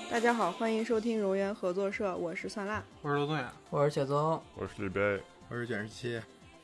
大家好，欢迎收听荣源合作社，我是酸辣， 我是罗宗远， 我是雪宗， 我是李贝， 我是卷17。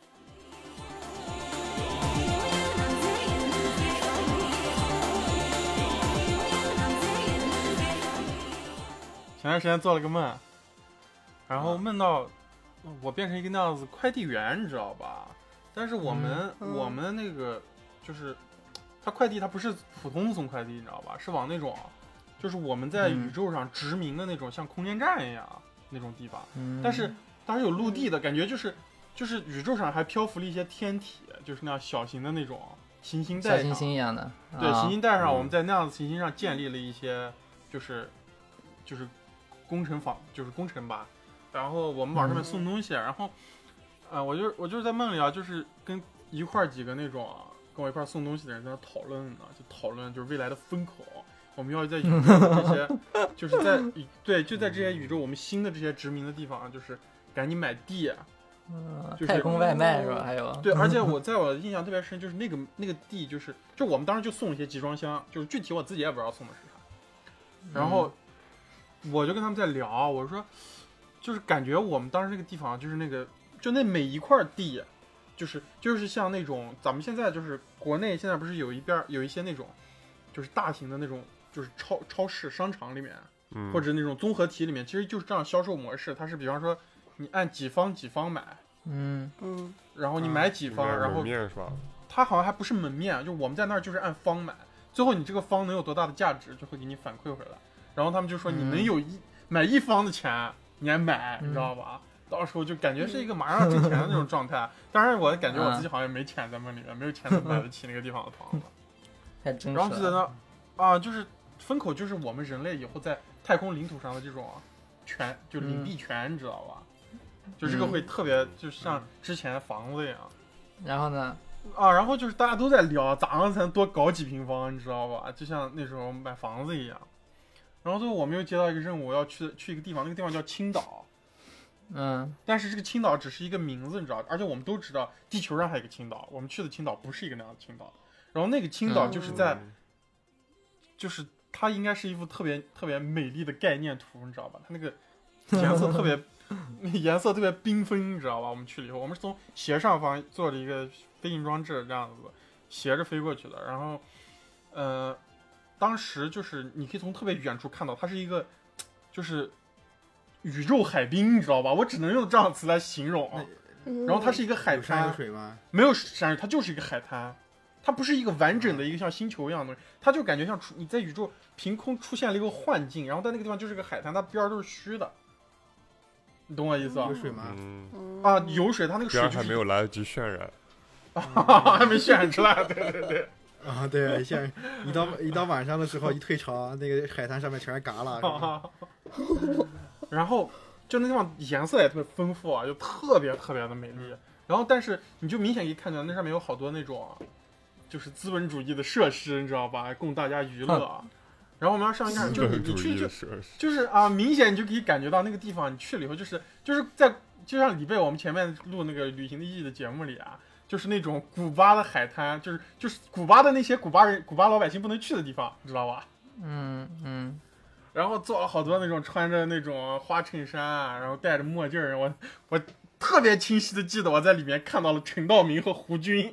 前段时间做了个梦，然后梦到我变成一个那样子快递员，你知道吧？但是我们那个就是他快递，他不是普通送快递，你知道吧？是往那种就是我们在宇宙上殖民的那种像空间站一样那种地方，但是当然有陆地的感觉，就是宇宙上还漂浮了一些天体，就是那样小型的那种行星带上， 小行星一样的。 对，行星带上我们在那样子行星上建立了一些就是工程坊，就是工程吧，然后我们往上面送东西，然后我就是在梦里啊，就是跟几个那种跟我一块送东西的人在那讨论呢，就讨论就是未来的风口，我们要在宇宙的这些就是就在这些宇宙我们新的这些殖民的地方，就是赶紧买地，就是太空外卖是吧？还有对，而且我的印象特别深，就是那个地就我们当时就送了一些集装箱，就是具体我自己也不知道送的是啥，然后我就跟他们在聊，我说就是感觉我们当时这个地方就是就那每一块地，就是像那种咱们现在就是国内现在不是有一些那种就是大型的那种就是超市商场里面，或者那种综合体里面，其实就是这样销售模式，它是比方说你按几方几方买，然后你买几方，然后面是吧？ 它好像还不是门面，就我们在那儿就是按方买，最后你这个方能有多大的价值，就会给你反馈回来。然后他们就说你能有买一方的钱，你还买，你知道吧？到时候就感觉是一个马上挣钱的那种状态。当然，我感觉我自己好像没钱在梦里面，没有钱能买得起那个地方的房子。 太真实了。 然后就在那就是风口，就是我们人类以后在太空领土上的这种权，就领地权，你知道吧？就这个会特别，就像之前房子一样。 然后呢？ 然后就是大家都在聊咋样才能多搞几平方，你知道吧？就像那时候买房子一样。然后最后我们又接到一个任务，要去一个地方，那个地方叫青岛。但是这个青岛只是一个名字，你知道，而且我们都知道地球上还有一个青岛，我们去的青岛不是一个那样的青岛。然后那个青岛就是就是它应该是一幅特别特别美丽的概念图，你知道吧？它那个颜色特别缤纷，你知道吧？我们去了以后，我们是从斜上方做了一个飞行装置，这样子斜着飞过去的。然后当时就是你可以从特别远处看到，它是一个就是宇宙海滨，你知道吧？我只能用这样的词来形容。然后它是一个海滩， 有山有水吗？ 没有山水，它就是一个海滩，它不是一个完整的一个像星球一样的东西，它就感觉像你在宇宙凭空出现了一个幻境，然后在那个地方就是个海滩，它边都是虚的，你懂我意思吧？ 有水吗？ 有水，它那个水还没有来得及渲染， 还没渲染出来，对对对。 对，像一到晚上的时候一退潮，那个海滩上面全是嘎啦。 然后就那地方颜色也特别丰富啊，就特别特别的美丽。然后但是你就明显可以看到那上面有好多那种就是资本主义的设施，你知道吧，供大家娱乐。然后我们要上一看，就你去就是明显你就可以感觉到那个地方你去了以后，就是就像李贝我们前面录那个旅行的意义的节目里啊，就是那种古巴的海滩，就是古巴的那些古巴老百姓不能去的地方，你知道吧？然后做了好多那种穿着那种花衬衫啊，然后戴着墨镜儿，我特别清晰的记得我在里面看到了陈道明和胡军。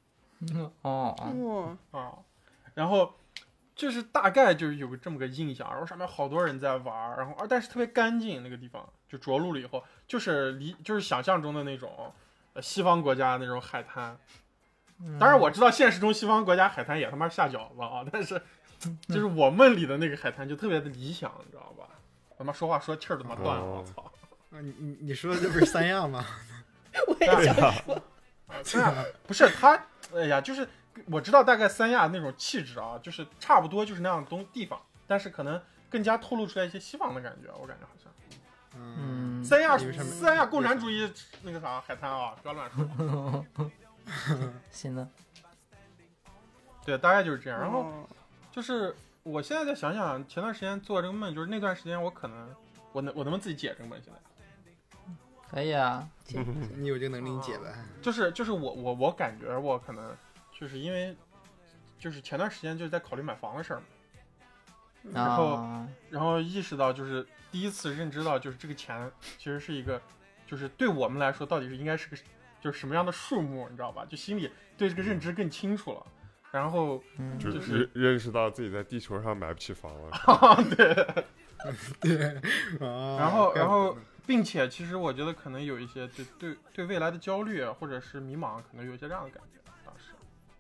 然后就是大概就是有个这么个印象，然后上面好多人在玩，然后但是特别干净，那个地方就着陆了以后，就是想象中的那种西方国家那种海滩。当然我知道现实中西方国家海滩也他妈下饺子啊，但是就是我梦里的那个海滩就特别的理想，你知道吧？他妈说话说气儿都他妈断了，我操！ 你说的这不是三亚吗？ 我也想说， 三亚不是他，哎呀，就是我知道大概三亚那种气质啊，就是差不多就是那样的地方，但是可能更加透露出来一些西方的感觉，我感觉好像。三亚共产主义那个啥海滩啊，不要乱说。 行的。 对，大概就是这样。然后就是我现在再想想，前段时间做这个梦，就是那段时间我可能我能不能自己解这个梦？现在可以啊， 你有这个能力，你解呗。 就是我感觉我可能就是因为就是前段时间就是在考虑买房的事儿嘛，然后然后意识到就是第一次认知到就是这个钱其实是一个，就是对我们来说到底是应该是个就是什么样的数目，你知道吧？就心里对这个认知更清楚了。然后就是认识到自己在地球上买不起房了。 对对， 然后并且其实我觉得可能有一些对未来的焦虑或者是迷茫，可能有一些这样的感觉。当时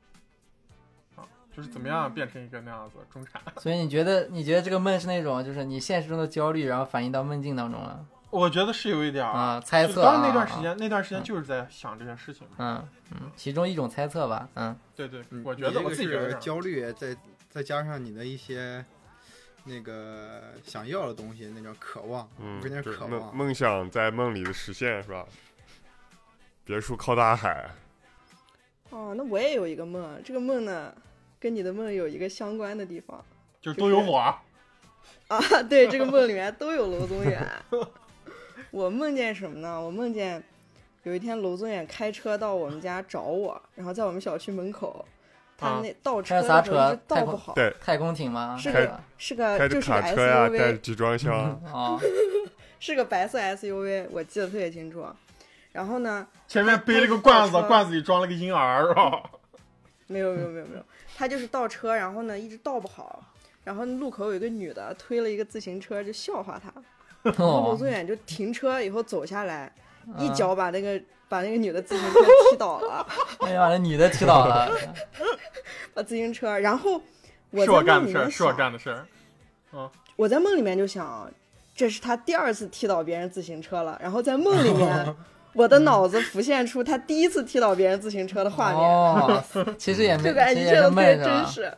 就是怎么样变成一个那样子中产。 所以你觉得这个梦是那种就是你现实中的焦虑，然后反映到梦境当中了？ 我觉得是有一点啊，猜测。 当然那段时间就是在想这件事情。 其中一种猜测吧。 对，我觉得我自己觉得焦虑，再加上你的一些那个想要的东西，那种渴望，有点渴望。 梦想在梦里的实现是吧？别墅靠大海。 哦，那我也有一个梦，这个梦呢，跟你的梦有一个相关的地方， 就是都有我。 啊，对，这个梦里面都有娄宗远。我梦见什么呢？我梦见有一天娄宗远开车到我们家找我，然后在我们小区门口，他那倒车的时候一直倒不好。 对， 太空艇吗？ 是个就是卡车呀，带着集装箱。 是个白色 SUV， 我记得特别清楚。然后呢， 前面背了个罐子，罐子里装了个婴儿，是吧？ 没有，他就是倒车，然后呢一直倒不好，然后路口有一个女的推了一个自行车，就笑话他。然后娄宗远就停车以后走下来，一脚把那个女的自行车踢倒了。 哎呀，把那女的踢倒了， 把自行车。然后我在梦里面想， 是我干的事儿。 我在梦里面就想，这是他第二次踢倒别人自行车了。然后在梦里面，我的脑子浮现出他第一次踢倒别人自行车的画面。 其实也没， 就感觉这个特别真实。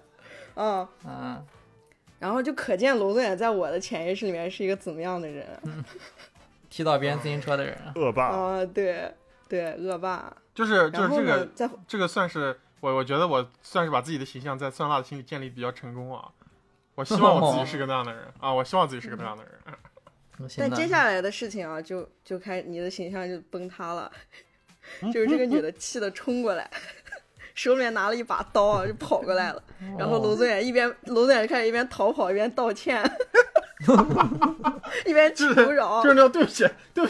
然后就可见娄宗远在我的潜意识里面是一个怎么样的人。 踢倒别人自行车的人， 恶霸。 对，恶霸。 就是这个算是我觉得我算是把自己的形象在酸辣的心里建立比较成功啊。我希望我自己是个那样的人啊，我希望自己是个那样的人。 但接下来的事情啊，就你的形象就崩塌了。就是这个女的气的冲过来。手里面拿了一把刀啊，就跑过来了。然后娄宗远开始一边逃跑一边道歉，一边求饶， 就是那种对不起。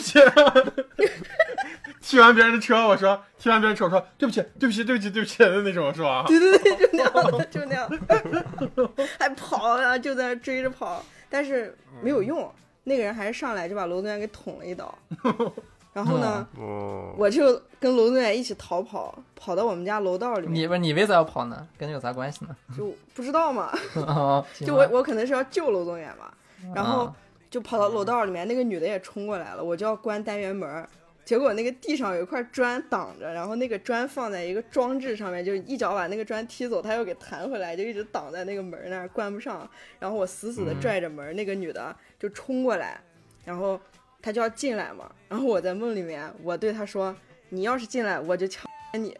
踢完别人的车，我说对不起的那种，是吧？ 对，就那样，还跑啊，就在那追着跑，但是没有用，那个人还是上来就把娄宗远给捅了一刀。然后呢，我就跟娄宗远一起逃跑到我们家楼道里面。 你为啥要跑呢？跟这有啥关系呢？ 就不知道嘛。就我可能是要救娄宗远嘛。然后就跑到楼道里面，那个女的也冲过来了，我就要关单元门，结果那个地上有一块砖挡着，然后那个砖放在一个装置上面，就一脚把那个砖踢走，他又给弹回来，就一直挡在那个门那儿，关不上。然后我死死的拽着门，那个女的就冲过来，然后他就要进来嘛，然后我在梦里面，我对他说：“你要是进来，我就抢你。”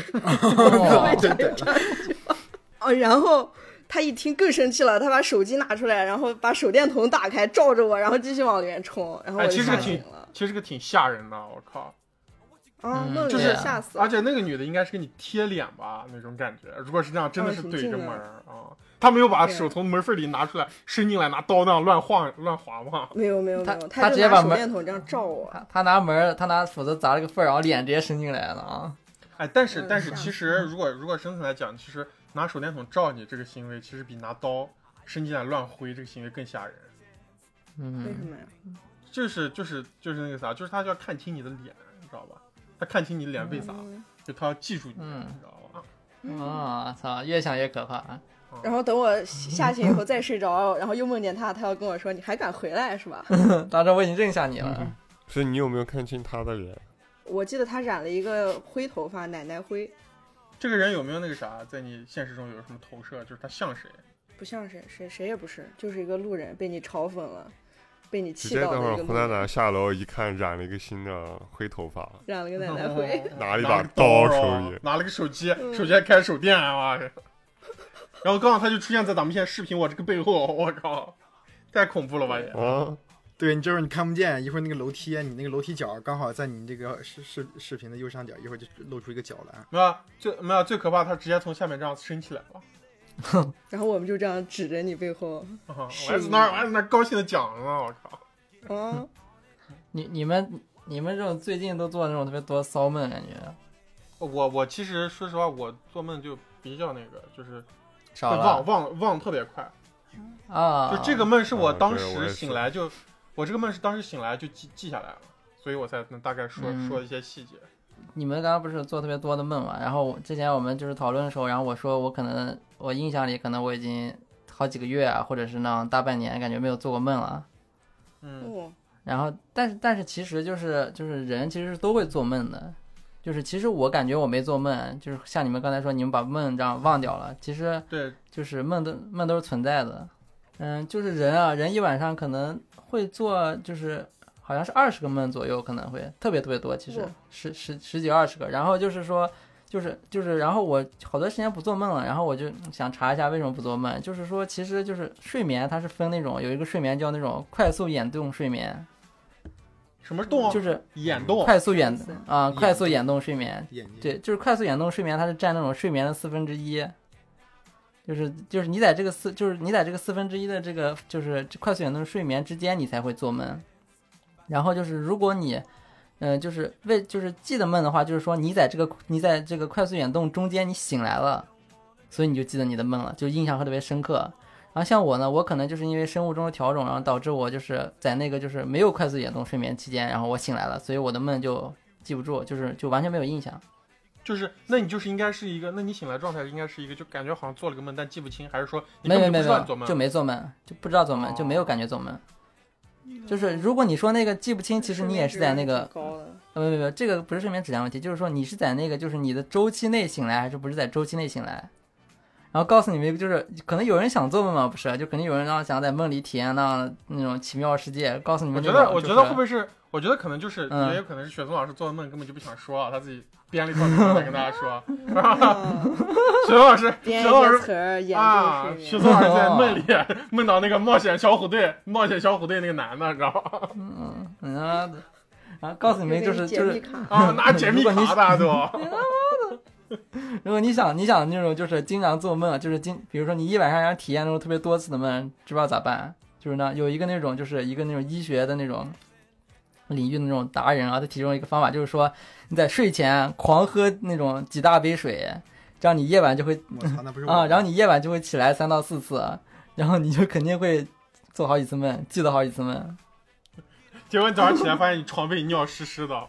然后他一听更生气了，他把手机拿出来，然后把手电筒打开，照着我，然后继续往里面冲，然后我就吓醒了。 其实个挺吓人的，我靠！ 梦里面吓死了。 而且那个女的应该是给你贴脸吧，那种感觉。如果是这样，真的是对着门啊。他没有把手从门缝里拿出来，伸进来拿刀那样乱划吗？ 没有，他直接把手电筒这样照我。 他拿斧子砸了个缝，然后脸直接伸进来了啊！ 哎，但是其实如果生存来讲，其实拿手电筒照你这个行为，其实比拿刀伸进来乱挥这个行为更吓人。 为什么呀？ 就是那个啥，就是他就要看清你的脸，你知道吧？他看清你的脸为啥？就他要记住你，你知道吧？ 操，越想越可怕。 然后等我下去以后再睡着，然后又梦见他要跟我说：“你还敢回来是吧？” 当时我已经认下你了。 所以你有没有看清他的脸？ 我记得他染了一个灰头发，奶奶灰。 这个人有没有那个啥，在你现实中有什么投射？就是他像谁？ 不像谁也不是，就是一个路人，被你嘲讽了，被你气直接到的一个路人。 等会儿胡娜娜下楼一看，染了一个新的灰头发， 染了个奶奶灰， 拿了一把刀手里， 拿了个手机，手机还开手电啊！然后刚好他就出现在咱们现在视频我这个背后，我靠，太恐怖了吧也！ 对，你就是你看不见，一会儿那个楼梯，你那个楼梯角刚好在你这个视频的右上角，一会儿就露出一个角来。 没有最可怕，他直接从下面这样升起来了。 然后我们就这样指着你背后， 我还在那高兴的讲呢，我靠！ 你们这种最近都做那种特别多骚梦感觉？ 我其实说实话，我做梦就比较那个，就是忘特别快啊。 就这个梦是我当时醒来就，我这个梦是当时醒来就记下来了，所以我才能大概说一些细节。 你们刚刚不是做特别多的梦嘛？然后之前我们就是讨论的时候，然后我说我印象里可能我已经好几个月啊，或者是那大半年，感觉没有做过梦了。然后但是其实就是人其实是都会做梦的，就是其实我感觉我没做梦，就是像你们刚才说你们把梦这样忘掉了，其实对， 就是梦都是存在的。就是人一晚上可能会做就是好像是20个梦左右，可能会特别特别多，其实十几20个。然后就是说就是然后我好多时间不做梦了，然后我就想查一下为什么不做梦，就是说其实就是睡眠它是分那种有一个睡眠叫那种快速眼动睡眠。 什么动？就是眼动， 快速眼动睡眠。对，就是快速眼动睡眠，它是占那种睡眠的1/4，就是你在这个1/4的这个就是快速眼动睡眠之间，你才会做梦。然后就是如果你，就是记得梦的话，就是说你在这个快速眼动中间你醒来了，所以你就记得你的梦了，就印象会特别深刻。然后像我呢，我可能就是因为生物钟的调整，然后导致我就是在那个就是没有快速眼动睡眠期间，然后我醒来了，所以我的梦就记不住，就完全没有印象。 就是那你就是应该是一个，那你醒来状态应该是一个，就感觉好像做了个梦，但记不清，还是说你根本就不知道你做梦？ 就没做梦，就不知道做梦，就没有感觉做梦。就是如果你说那个记不清，其实你也是在那个没，这个不是睡眠质量问题，就是说你是在那个就是你的周期内醒来，还是不是在周期内醒来？然后告诉你们，就是可能有人想做梦嘛，不是？就肯定有人想在梦里体验那种奇妙世界。告诉你们， 我觉得会不会是？我觉得可能就是，也有可能是雪松老师做的梦根本就不想说啊，他自己编了一套故事跟大家说。雪松老师啊，雪松老师在梦里梦到那个冒险小虎队那个男的，你知道吗？ 然后告诉你们就是拿解密卡的都。 如果你想那种就是经常做梦，就是比如说你一晚上想体验那种特别多次的梦，知不知道咋办？就是呢，有一个那种就是一个那种医学的那种领域的那种达人啊，他提供一个方法，就是说你在睡前狂喝那种几大杯水，这样你夜晚就会然后你夜晚就会起来3到4次，然后你就肯定会做好几次梦，记得好几次梦。 结果你早上起来发现你床被尿湿湿的。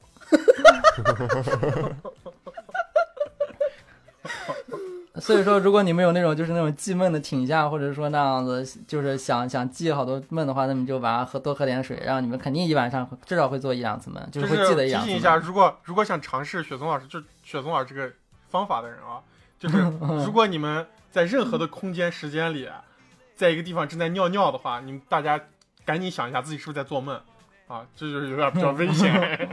所以说如果你们有那种就是那种记梦的倾向，或者说那样子就是想记好多梦的话，那么就晚上多喝点水，让你们肯定一晚上至少会做1-2次梦，就是会记得1-2次梦。 提醒一下，如果想尝试雪松老师这个方法的人啊，就是如果你们在任何的空间时间里，在一个地方正在尿尿的话，你们大家赶紧想一下自己是不是在做梦啊，这就是有点比较危险。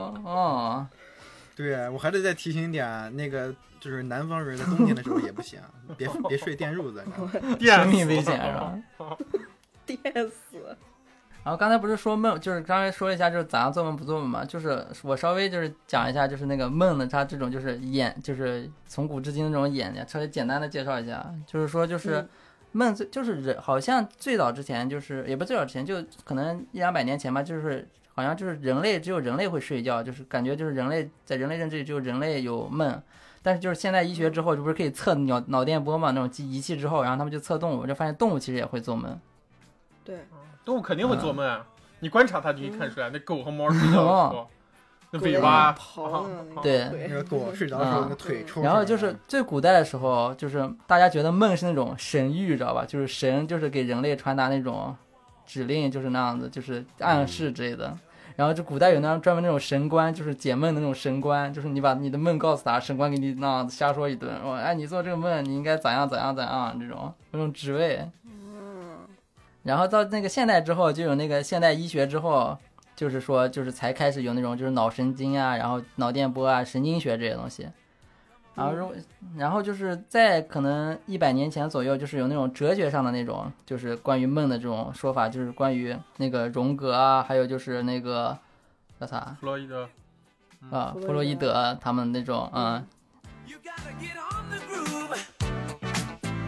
对，我还得再提醒一点，那个就是南方人在冬天的时候也不行，别睡电褥子， 生命危险是吧？ 电死。 然后刚才不是说梦，就是刚才说一下就是咋样做梦不做梦嘛，就是我稍微就是讲一下就是那个梦的它这种就是就是从古至今的这种稍微简单的介绍一下，就是说就是梦就是好像最早之前就是也不最早之前，就可能100-200年前吧，就是好像就是只有人类会睡觉，就是感觉就是在人类认知里只有人类有梦。但是就是现代医学之后，就不是可以测脑电波嘛，那种仪器之后，然后他们就测动物，就发现动物其实也会做梦。 对， 动物肯定会做梦啊！你观察它就可以看出来，那狗和猫睡觉的时候，那尾巴对， 那个狗睡着的时候，那腿抽。 然后就是最古代的时候，就是大家觉得梦是那种神谕，知道吧？就是神就是给人类传达那种指令，就是那样子，就是暗示之类的。然后就古代有那样专门那种神官，就是解梦的那种神官，就是你把你的梦告诉他，神官给你那样瞎说一顿，说哎你做这个梦你应该咋样这种职位。然后到那个现代之后，就有那个现代医学之后，就是说就是才开始有那种就是脑神经啊，然后脑电波啊，神经学这些东西。然后就是在可能100年前左右，就是有那种哲学上的那种，就是关于梦的这种说法，就是关于那个荣格啊，还有就是那个叫啥弗洛伊德弗洛伊德他们那种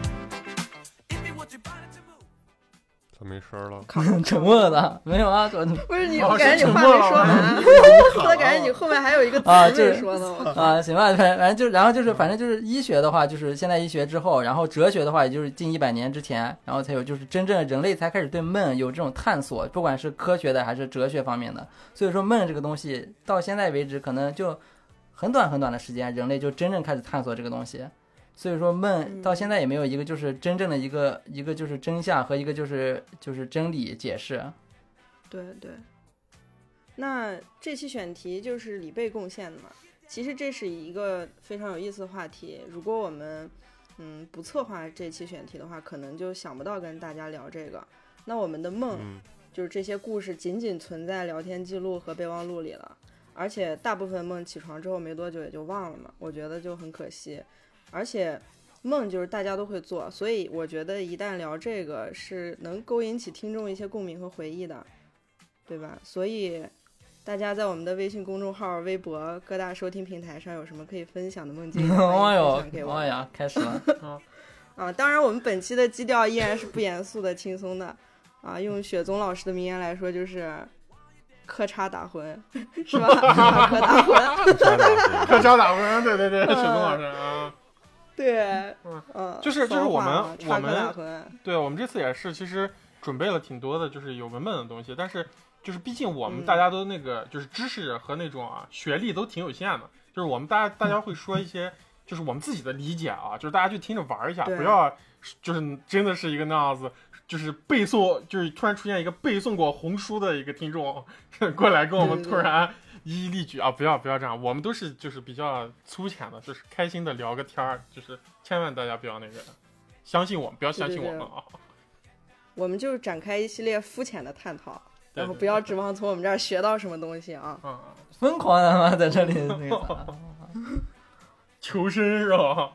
咋没声了？ 沉默了，没有啊？ 不是你感觉你话没说完，我感觉你后面还有一个词没说呢。 啊，行吧，反正就然后就是反正就是医学的话，就是现代医学之后，然后哲学的话，也就是近100年之前，然后才有就是真正人类才开始对梦有这种探索，不管是科学的还是哲学方面的。所以说梦这个东西到现在为止，可能就很短的时间，人类就真正开始探索这个东西。所以说梦到现在也没有一个就是真正的一个就是真相和一个就是真理解释。 对，那这期选题就是李贝贡献的嘛。其实这是一个非常有意思的话题，如果我们不策划这期选题的话，可能就想不到跟大家聊这个。那我们的梦就是这些故事仅仅存在聊天记录和备忘录里了，而且大部分梦起床之后没多久也就忘了嘛，我觉得就很可惜。而且梦就是大家都会做，所以我觉得一旦聊这个是能勾引起听众一些共鸣和回忆的，对吧？所以大家在我们的微信公众号、微博各大收听平台上有什么可以分享的梦境，欢迎分享给我。 哎呀，开始了当然我们本期的基调依然是不严肃的、轻松的啊。用雪宗老师的名言来说，就是磕叉打魂，是吧？磕打魂， 磕叉打魂，对，雪宗老师啊。 对， 就是我们对我们这次也是，其实准备了挺多的，就是有文本的东西，但是就是毕竟我们大家都那个就是知识和那种学历都挺有限的，就是我们大家会说一些就是我们自己的理解啊，就是大家就听着玩一下，不要就是真的是一个那样子，就是背诵，就是突然出现一个背诵过红书的一个听众过来跟我们突然一一例举啊！不要这样，我们都是就是比较粗浅的，就是开心的聊个天儿，就是千万大家不要那个相信我们，不要相信我们啊！ 我们就是展开一系列肤浅的探讨，然后不要指望从我们这儿学到什么东西啊！ 疯狂的吗？在这里那个求生是吧？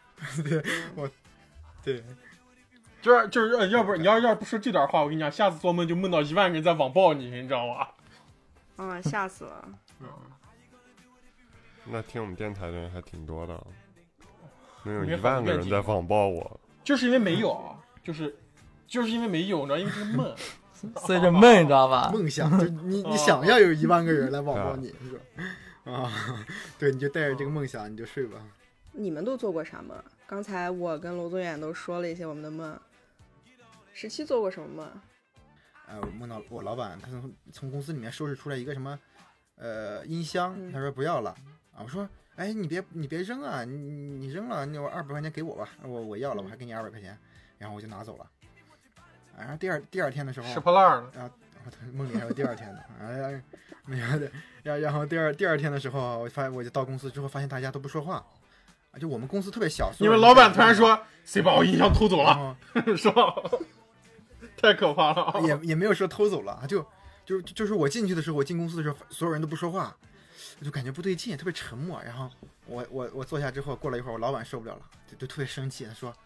对， 就是要不你要不说这段话，我跟你讲，下次做梦就梦到1万个人在网暴你，你知道吗？ 吓死了。 那听我们电台的人还挺多的，能有1万个人在网暴我， 就是因为没有，就是因为没有，你知道，因为这是梦， 所以这梦你知道吧？ 梦想，就你想要有1万个人来网暴你，是吧？对，你就带着这个梦想，你就睡吧。 你们都做过啥梦？刚才我跟罗宗远都说了一些我们的梦。17做过什么梦？ 我梦到我老板，他从公司里面收拾出来一个什么音箱，他说不要了啊。我说哎，你别扔啊，你扔了，那我200块钱给我吧，我要了，我还给你200块钱，然后我就拿走了。然后第二天的时候， 拾破烂了。 梦里还有第2天的，哎，没有的。然后第二天的时候，我就到公司之后，发现大家都不说话，就我们公司特别小， 因为老板突然说谁把我音箱偷走了，是吧？太可怕了。 也没有说偷走了，就是我进去的时候，我进公司的时候，所有人都不说话，我就感觉不对劲，特别沉默。然后我坐下之后，过了一会儿，我老板受不了了，就特别生气，他说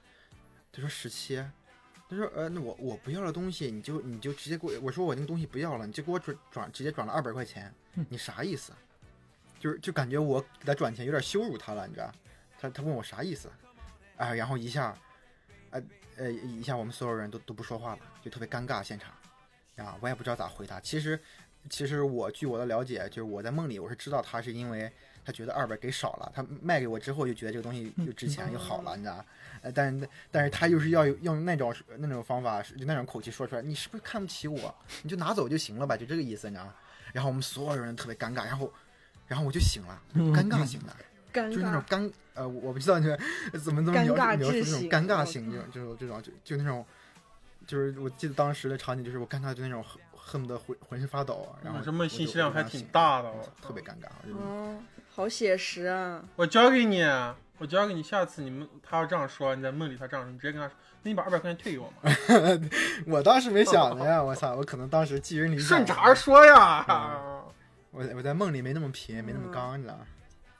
17，他说那我不要的东西，你就直接给我说我那个东西不要了，你就给我直接转了200块钱，你啥意思？就感觉我给他转钱有点羞辱他了，你知道？他问我啥意思？然后一下我们所有人都不说话了，就特别尴尬现场，我也不知道咋回答。其实据我的了解，就是我在梦里我是知道他是因为他觉得200给少了，他卖给我之后就觉得这个东西又值钱又好了，你知道？但是他又是要用那种方法，就那种口气说出来，你是不是看不起我？你就拿走就行了吧，就这个意思，你知道？然后我们所有人特别尴尬，然后我就醒了，尴尬型的。就是那种我不知道你怎么描述那种尴尬型，就是这种就那种，就是我记得当时的场景就是我尴尬就那种恨不得浑身发抖，然后这梦信息量还挺大的， 特别尴尬。 好写实啊！ 我教给你，下次他要这样说，你在梦里他这样说，你直接跟他说，那你把200块钱退给我吗？ 我当时没想的呀，我操，我可能当时寄人篱下。 顺茬说呀， 我在梦里没那么贫，没那么刚，你知道吗？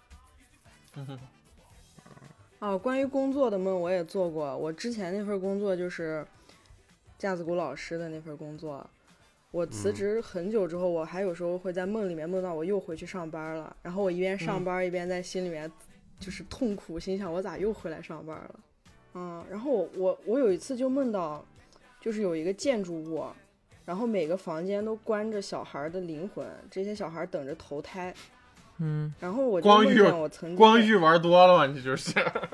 关于工作的梦我也做过。我之前那份工作就是架子鼓老师的那份工作，我辞职很久之后，我还有时候会在梦里面梦到我又回去上班了，然后我一边上班一边在心里面就是痛苦，心想我咋又回来上班了。然后我有一次就梦到， 就是有一个建筑物，然后每个房间都关着小孩的灵魂，这些小孩等着投胎。然后我就梦见我曾经光遇玩多了嘛，你就是。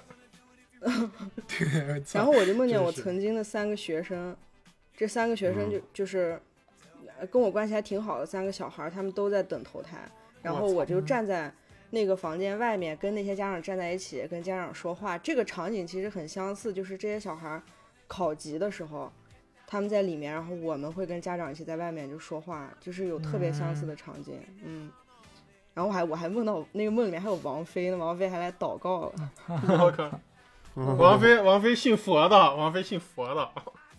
然后我就梦见我曾经的3个学生，这3个学生就是跟我关系还挺好的3个小孩，他们都在等投胎，然后我就站在那个房间外面跟那些家长站在一起跟家长说话。这个场景其实很相似，就是这些小孩考级的时候他们在里面，然后我们会跟家长一起在外面就说话，就是有特别相似的场景。然后我还梦到那个梦里面还有王菲呢，王菲还来祷告了。 我靠，王菲信佛的，王菲信佛的。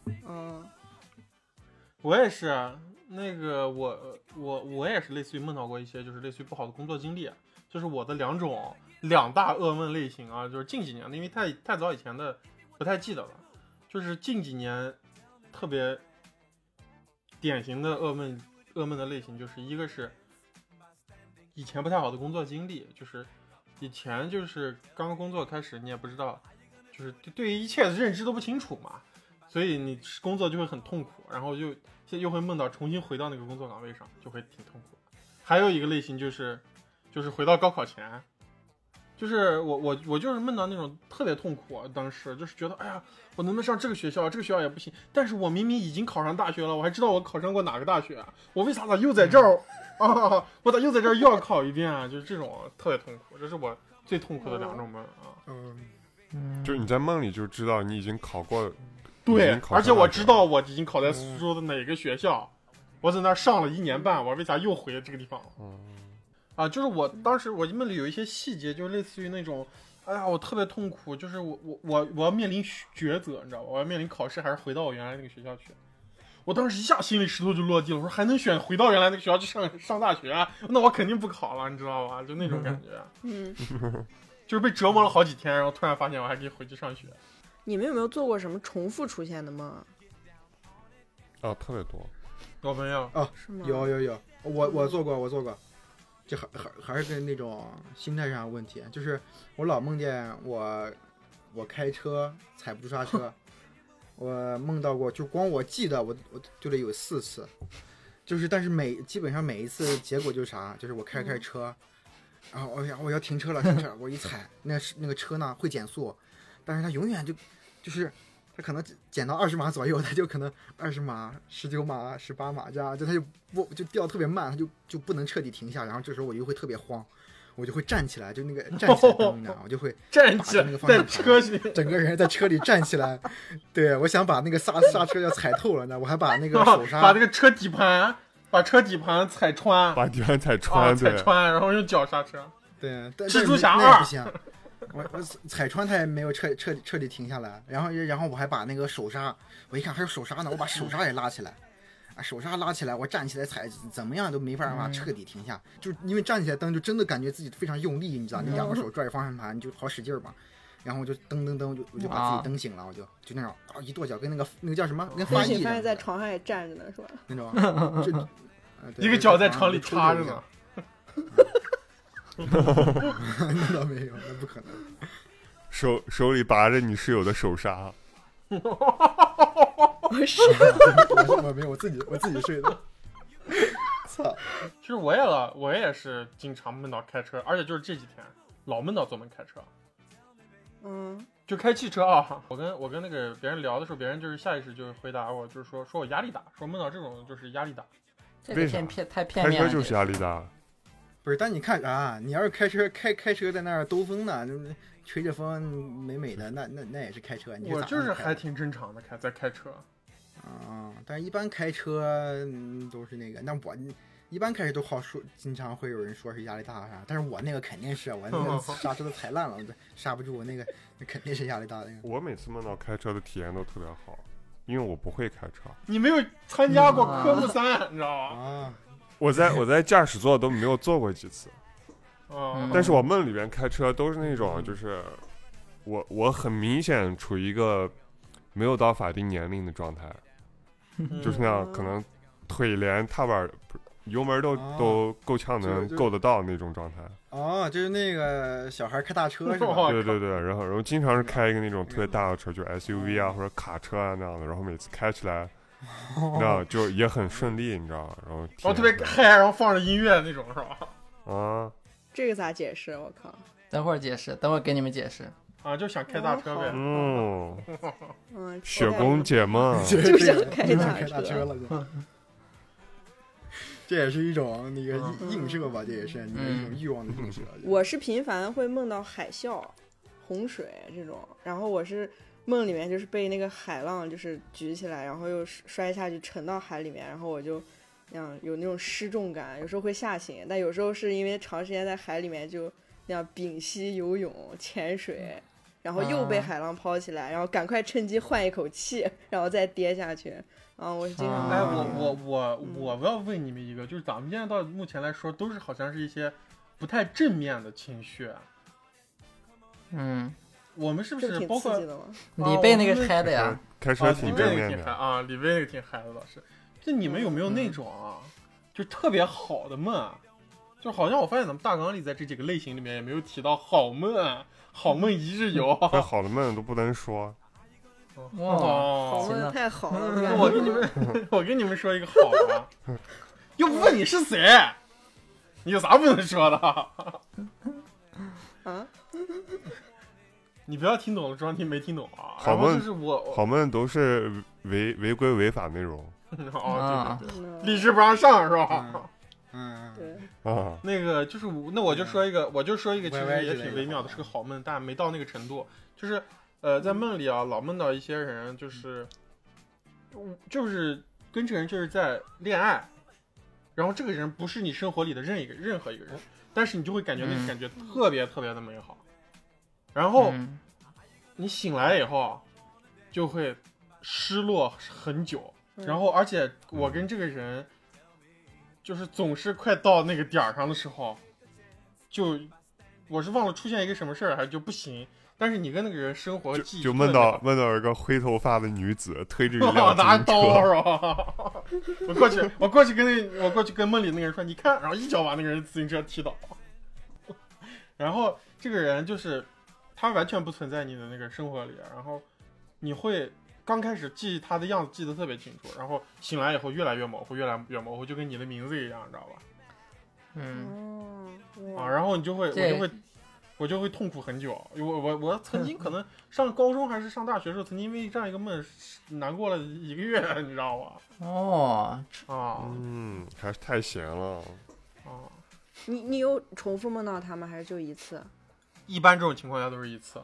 我也是，那个我也是类似于梦到过一些就是类似于不好的工作经历，就是我的两大噩梦类型啊，就是近几年的，因为太早以前的不太记得了，就是近几年特别典型的噩梦的类型，就是一个是以前不太好的工作经历，就是以前就是刚工作开始你也不知道，就是对于一切的认知都不清楚嘛，所以你工作就会很痛苦，然后又会梦到重新回到那个工作岗位上，就会挺痛苦的。还有一个类型就是回到高考前，就是我就是梦到那种特别痛苦，当时就是觉得哎呀，我能不能上这个学校也不行，但是我明明已经考上大学了，我还知道我考上过哪个大学，我为啥咋又在这儿啊？我咋又在这儿又要考一遍啊？就是这种特别痛苦，这是我最痛苦的2种梦啊。 就是你在梦里就知道你已经考过， 对，而且我知道我已经考在苏州的哪个学校，我在那儿上了1年半，我为啥又回这个地方？就是我当时我梦里有一些细节，就类似于那种，哎呀，我特别痛苦，就是我要面临抉择，你知道吧？我要面临考试还是回到我原来那个学校去？我当时一下心里石头就落地了，我说还能选回到原来那个学校去上大学啊？那我肯定不考了，你知道吧？就那种感觉，就是被折磨了好几天，然后突然发现我还可以回去上学。 你们有没有做过什么重复出现的梦？ 特别多。 我没有是吗？有，我做过。这还是跟那种心态上的问题，就是我老梦见我开车踩不住刹车，我梦到过，就光我记得我就得有4次，就是但是基本上每一次结果就是啥，就是我开车，然后我要停车了，我一踩那个车呢会减速，但是它永远就是它可能减到20码左右，它就可能20码、19码、18码这样，就它就掉特别慢，它就不能彻底停下。然后这时候我就会特别慌，我就会站起来，就那个站起来蹬，你知道吗？我就会站起来，在车里， 整个人在车里站起来。对，我想把那个刹车要踩透了呢，我还把那个手刹， 把那个车底盘踩穿， 把底盘踩穿， 然后用脚刹车。 对， 蜘蛛侠2 不行。我踩穿它也没有彻底停下来，然后我还把那个手刹，我一看还有手刹呢，我把手刹也拉起来，手刹拉起来，我站起来踩，怎么样都没法彻底停下，就是因为站起来蹬就真的感觉自己非常用力，你知道，你2个手拽着方向盘，你就好使劲嘛，然后我就蹬，我就把自己蹬醒了，我就那种一跺脚，跟那个叫什么，跟翻译一样， 在床上也站着呢，是吧？ 那种， 一个脚在床里插着呢。 那倒没有，那不可能。 手里拔着你室友的手刹。 我没有，我自己睡的。操！ 其实我也是经常梦到开车，而且就是这几天老梦到做梦开车。就开汽车啊！我跟那个别人聊的时候，别人就是下意识就是回答我，就是说我压力大，说梦到这种就是压力大。 为啥？太片面了。 开车就是压力大。 不是，但你看啊，你要是开车在那儿兜风呢，吹着风美的，那也是开车。 我就是还挺正常的在开车。 但是一般开车都是那个，那我一般开车都好说，经常会有人说是压力大啥，但是我那个肯定是我那个刹车都踩烂了，我刹不住，我那肯定是压力大的。 我每次梦到开车的体验都特别好，因为我不会开车。 你没有参加过科目3，你知道吗？ 我在驾驶座都没有坐过几次，但是我梦里边开车都是那种，就是我很明显处于一个没有到法定年龄的状态，就是那样，可能腿连踏板油门都够呛能够得到那种状态。 哦，就是那个小孩开大车是吧？ 对对对，然后经常是开一个那种特别大的车，就是 SUV 啊或者卡车啊那样的，然后每次开起来，那样就也很顺利，你知道吗？然后特别嗨，然后放着音乐那种是吧？ 啊， 这个咋解释？我靠！ 等会儿解释，等会儿给你们解释。 啊，就想开大车呗。 雪宫解梦， 就想开大车了就。这也是一种那个映射吧，这也是你的一种欲望的映射。 我是频繁会梦到海啸、洪水这种，然后我是梦里面就是被那个海浪就是举起来，然后又摔下去沉到海里面，然后我就那样有那种失重感，有时候会吓醒，但有时候是因为长时间在海里面就那样屏息游泳、潜水。然后又被海浪抛起来，然后赶快趁机换一口气，然后再跌下去。我是经常。 哎，我要问你们一个，就是咱们现在到目前来说，都是好像是一些不太正面的情绪。我们是不是包括李贝那个嗨的呀？ 开车挺正面的啊，李贝那个挺嗨的，老师。就你们有没有那种就特别好的梦？就好像我发现咱们大纲里在这几个类型里面也没有提到好梦。好梦一日游， 好的梦都不能说。 好梦太好了！ 我跟你们说一个好的，又不问你是谁，你有啥不能说的？ 啊？ 你不要听懂了装听没听懂啊！ 好梦就是好梦都是违规违法内容。 对，历史不让上是吧？ 对啊，那个就是那我就说一个，其实也挺微妙的，是个好梦，但没到那个程度。就是在梦里老梦到一些人，就是跟这个人就是在恋爱，然后这个人不是你生活里的任何一个人，但是你就会感觉那个感觉特别特别的美好，然后你醒来以后就会失落很久，然后而且我跟这个人。就是总是快到那个点上的时候，我是忘了出现一个什么事儿，还就不行。但是你跟那个人生活记忆就梦到一个灰头发的女子推着一辆拿刀是吧？我过去跟梦里那个人说，你看，然后一脚把那个人自行车踢倒。然后这个人就是他完全不存在你的那个生活里，然后你会。刚开始记他的样子记得特别清楚，然后醒来以后越来越模糊，就跟你的名字一样，你知道吧？然后你就会我就会痛苦很久。我曾经可能上高中还是上大学的时候，曾经因为这样一个梦难过了1个月，你知道吧？ 还是太闲了。 你有重复梦到他吗？还是就一次？ 一般这种情况下都是一次。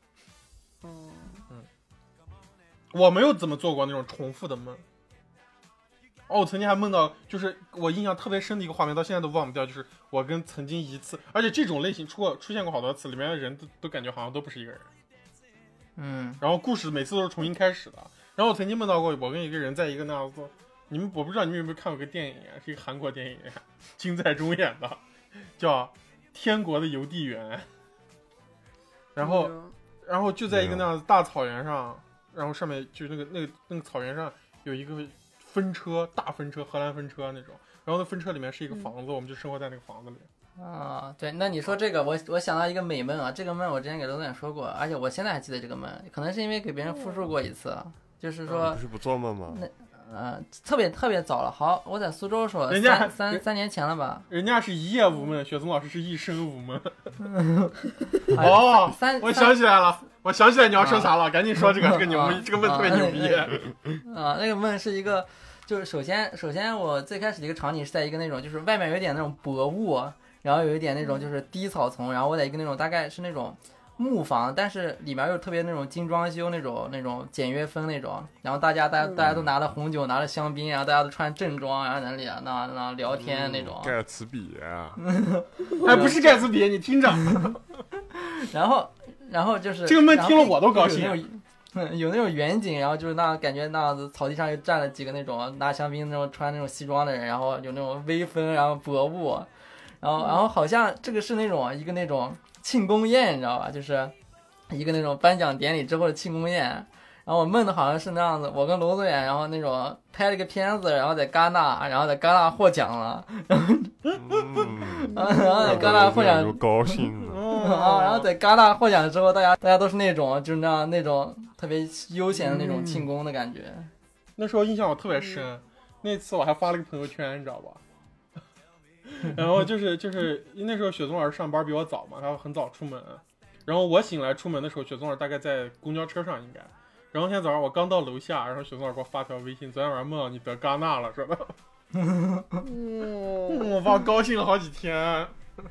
我没有怎么做过那种重复的梦。我曾经还梦到，就是我印象特别深的一个画面，到现在都忘不掉，就是我跟曾经一次，而且这种类型出现过好多次，里面的人都感觉好像都不是一个人。然后故事每次都是重新开始的。然后我曾经梦到过，我跟一个人在一个那样子，我不知道你们有没有看过个电影是一个韩国电影，金在中演的，叫《天国的邮递员》。然后就在一个那样子大草原上。然后上面就是那个草原上有一个分车，大分车，荷兰分车那种。然后那分车里面是一个房子，我们就生活在那个房子里。 对，那你说这个，我想到一个美梦啊，这个梦我之前给罗总说过，而且我现在还记得这个梦，可能是因为给别人复述过一次，就是说， 不是不做梦吗？ 特别特别早了。好，我在苏州时候， 人家三年前了吧？ 人家是一夜无梦，雪松老师是一生无梦。我想起来了。我想起来你要说啥了，赶紧说这个梦特别牛逼。 那个梦是一个，就是首先我最开始的一个场景是在一个那种就是外面有一点那种薄雾，然后有一点那种就是低草丛，然后我在一个那种大概是那种木房，但是里面又特别那种精装修那种简约风那种，然后大家都拿着红酒，拿着香槟，然后大家都穿正装，然后在那里那聊天那种。 盖茨比啊， 还不是盖茨比，你听着。 然后就是这个梦听了我都高兴。 有那种远景，然后就是那感觉那样子，草地上又站了几个那种拿香槟那种穿那种西装的人，然后有那种微风，然后薄雾，然后好像这个是一个那种庆功宴，你知道吧？就是一个那种颁奖典礼之后的庆功宴。然然后我梦的好像是那样子，我跟娄宗远，然后那种拍了个片子，然后在戛纳，然后在戛纳获奖了，然后在戛纳获奖， 高兴啊，然后在戛纳获奖之后，大家都是那种就是那种特别悠闲的那种庆功的感觉。 那时候印象我特别深，那次我还发了个朋友圈，你知道吧？然后就是那时候雪松老师上班比我早嘛，他很早出门，然后我醒来出门的时候，雪松老师大概在公交车上应该。然后那天早上我刚到楼下，然后雪松老师给我发条微信，昨天晚上梦到你得戛纳了，说的。我爸高兴了好几天。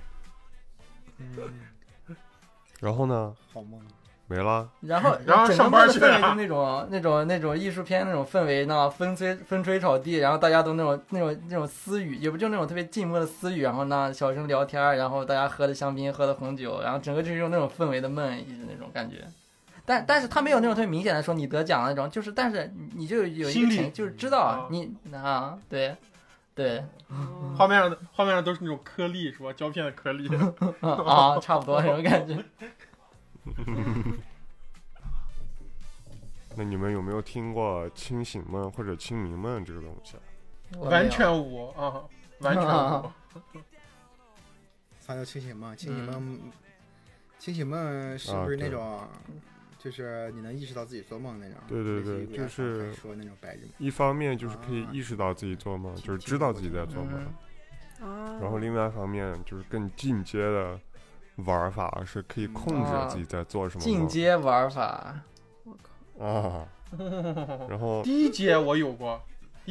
然后呢？ 好梦。 没了。 然后上班去了。 那种艺术片那种氛围呢，风吹草低，然后大家都那种私语，也不就那种特别静默的私语，然后呢小声聊天，然后大家喝的香槟，喝的红酒，然后整个就是用那种氛围的梦，一直那种感觉。但是他没有那种特别明显的说你得奖那种，就是但是你就有一个情，就是知道你啊，对。 画面上都是那种颗粒是吧？胶片的颗粒啊，差不多那种感觉。 那你们有没有听过清醒梦或者清明梦这个东西？ 完全无啊，完全无。 啥叫清醒梦？清醒梦是不是那种，就是你能意识到自己做梦那种？ 对，就是说那种白日梦。 一方面就是可以意识到自己做梦，就是知道自己在做梦。然后另外一方面就是更进阶的玩法是可以控制自己在做什么。 进阶玩法。 啊，然后第一节我有过，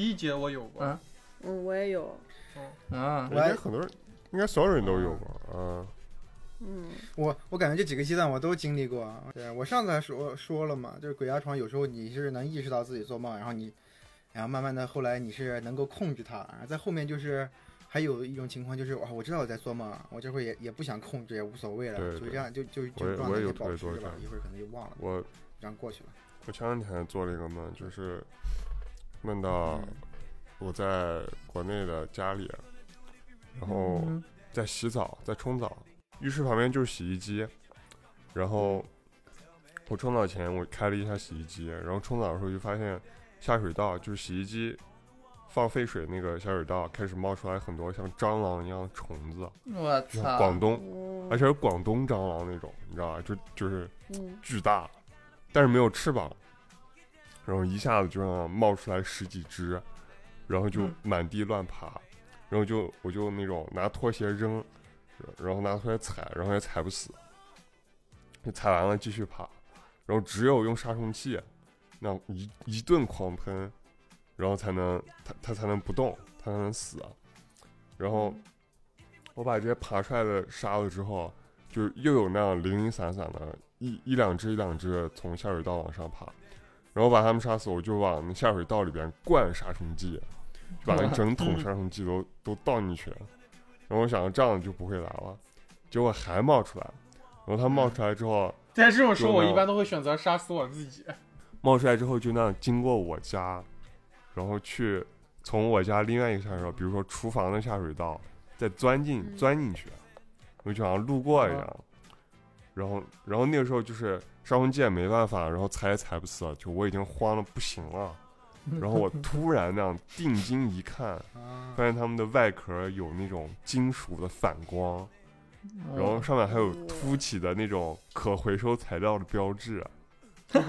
我也有， 应该很多人，应该所有人都有过， 我感觉这几个阶段我都经历过。对，我上次还说了嘛，就是鬼压床，有时候你是能意识到自己做梦，然后慢慢的后来你是能够控制它，然后在后面就是还有一种情况就是我知道我在做梦，我这会也不想控制，也无所谓了，就这样就状态就保持着了，一会儿可能就忘了， 我这样过去了。 我前两天做了一个梦，就是梦到我在国内的家里，然后在洗澡，在冲澡，浴室旁边就是洗衣机，然后我冲澡前我开了一下洗衣机，然后冲澡的时候就发现下水道就是洗衣机放废水那个下水道开始冒出来很多像蟑螂一样的虫子。 我操！ 广东，而且是广东蟑螂那种，你知道吧？就是巨大。但是没有翅膀，然后一下子就让冒出来10几只，然后就满地乱爬，然后我就那种拿拖鞋扔，然后拿出来踩，然后也踩不死，就踩完了继续爬，然后只有用杀虫剂那一顿狂喷，然后才能它才能不动，它才能死。然后我把这些爬出来的杀了之后，就又有那样零零散散的一两只从下水道往上爬，然后把它们杀死，我就往那下水道里边灌杀虫剂，就把那整桶杀虫剂都倒进去，然后我想这样就不会来了，结果还冒出来，然后它冒出来之后， 在这种时候我一般都会选择杀死我自己。 冒出来之后就那样经过我家，然后去从我家另外一个下水道，比如说厨房的下水道，再钻进去，我就好像路过一样。然后那个时候就是杀虫剂也没办法，然后踩也踩不死了，就我已经慌了不行了。然后我突然那样定睛一看，发现它们的外壳有那种金属的反光，然后上面还有凸起的那种可回收材料的标志，就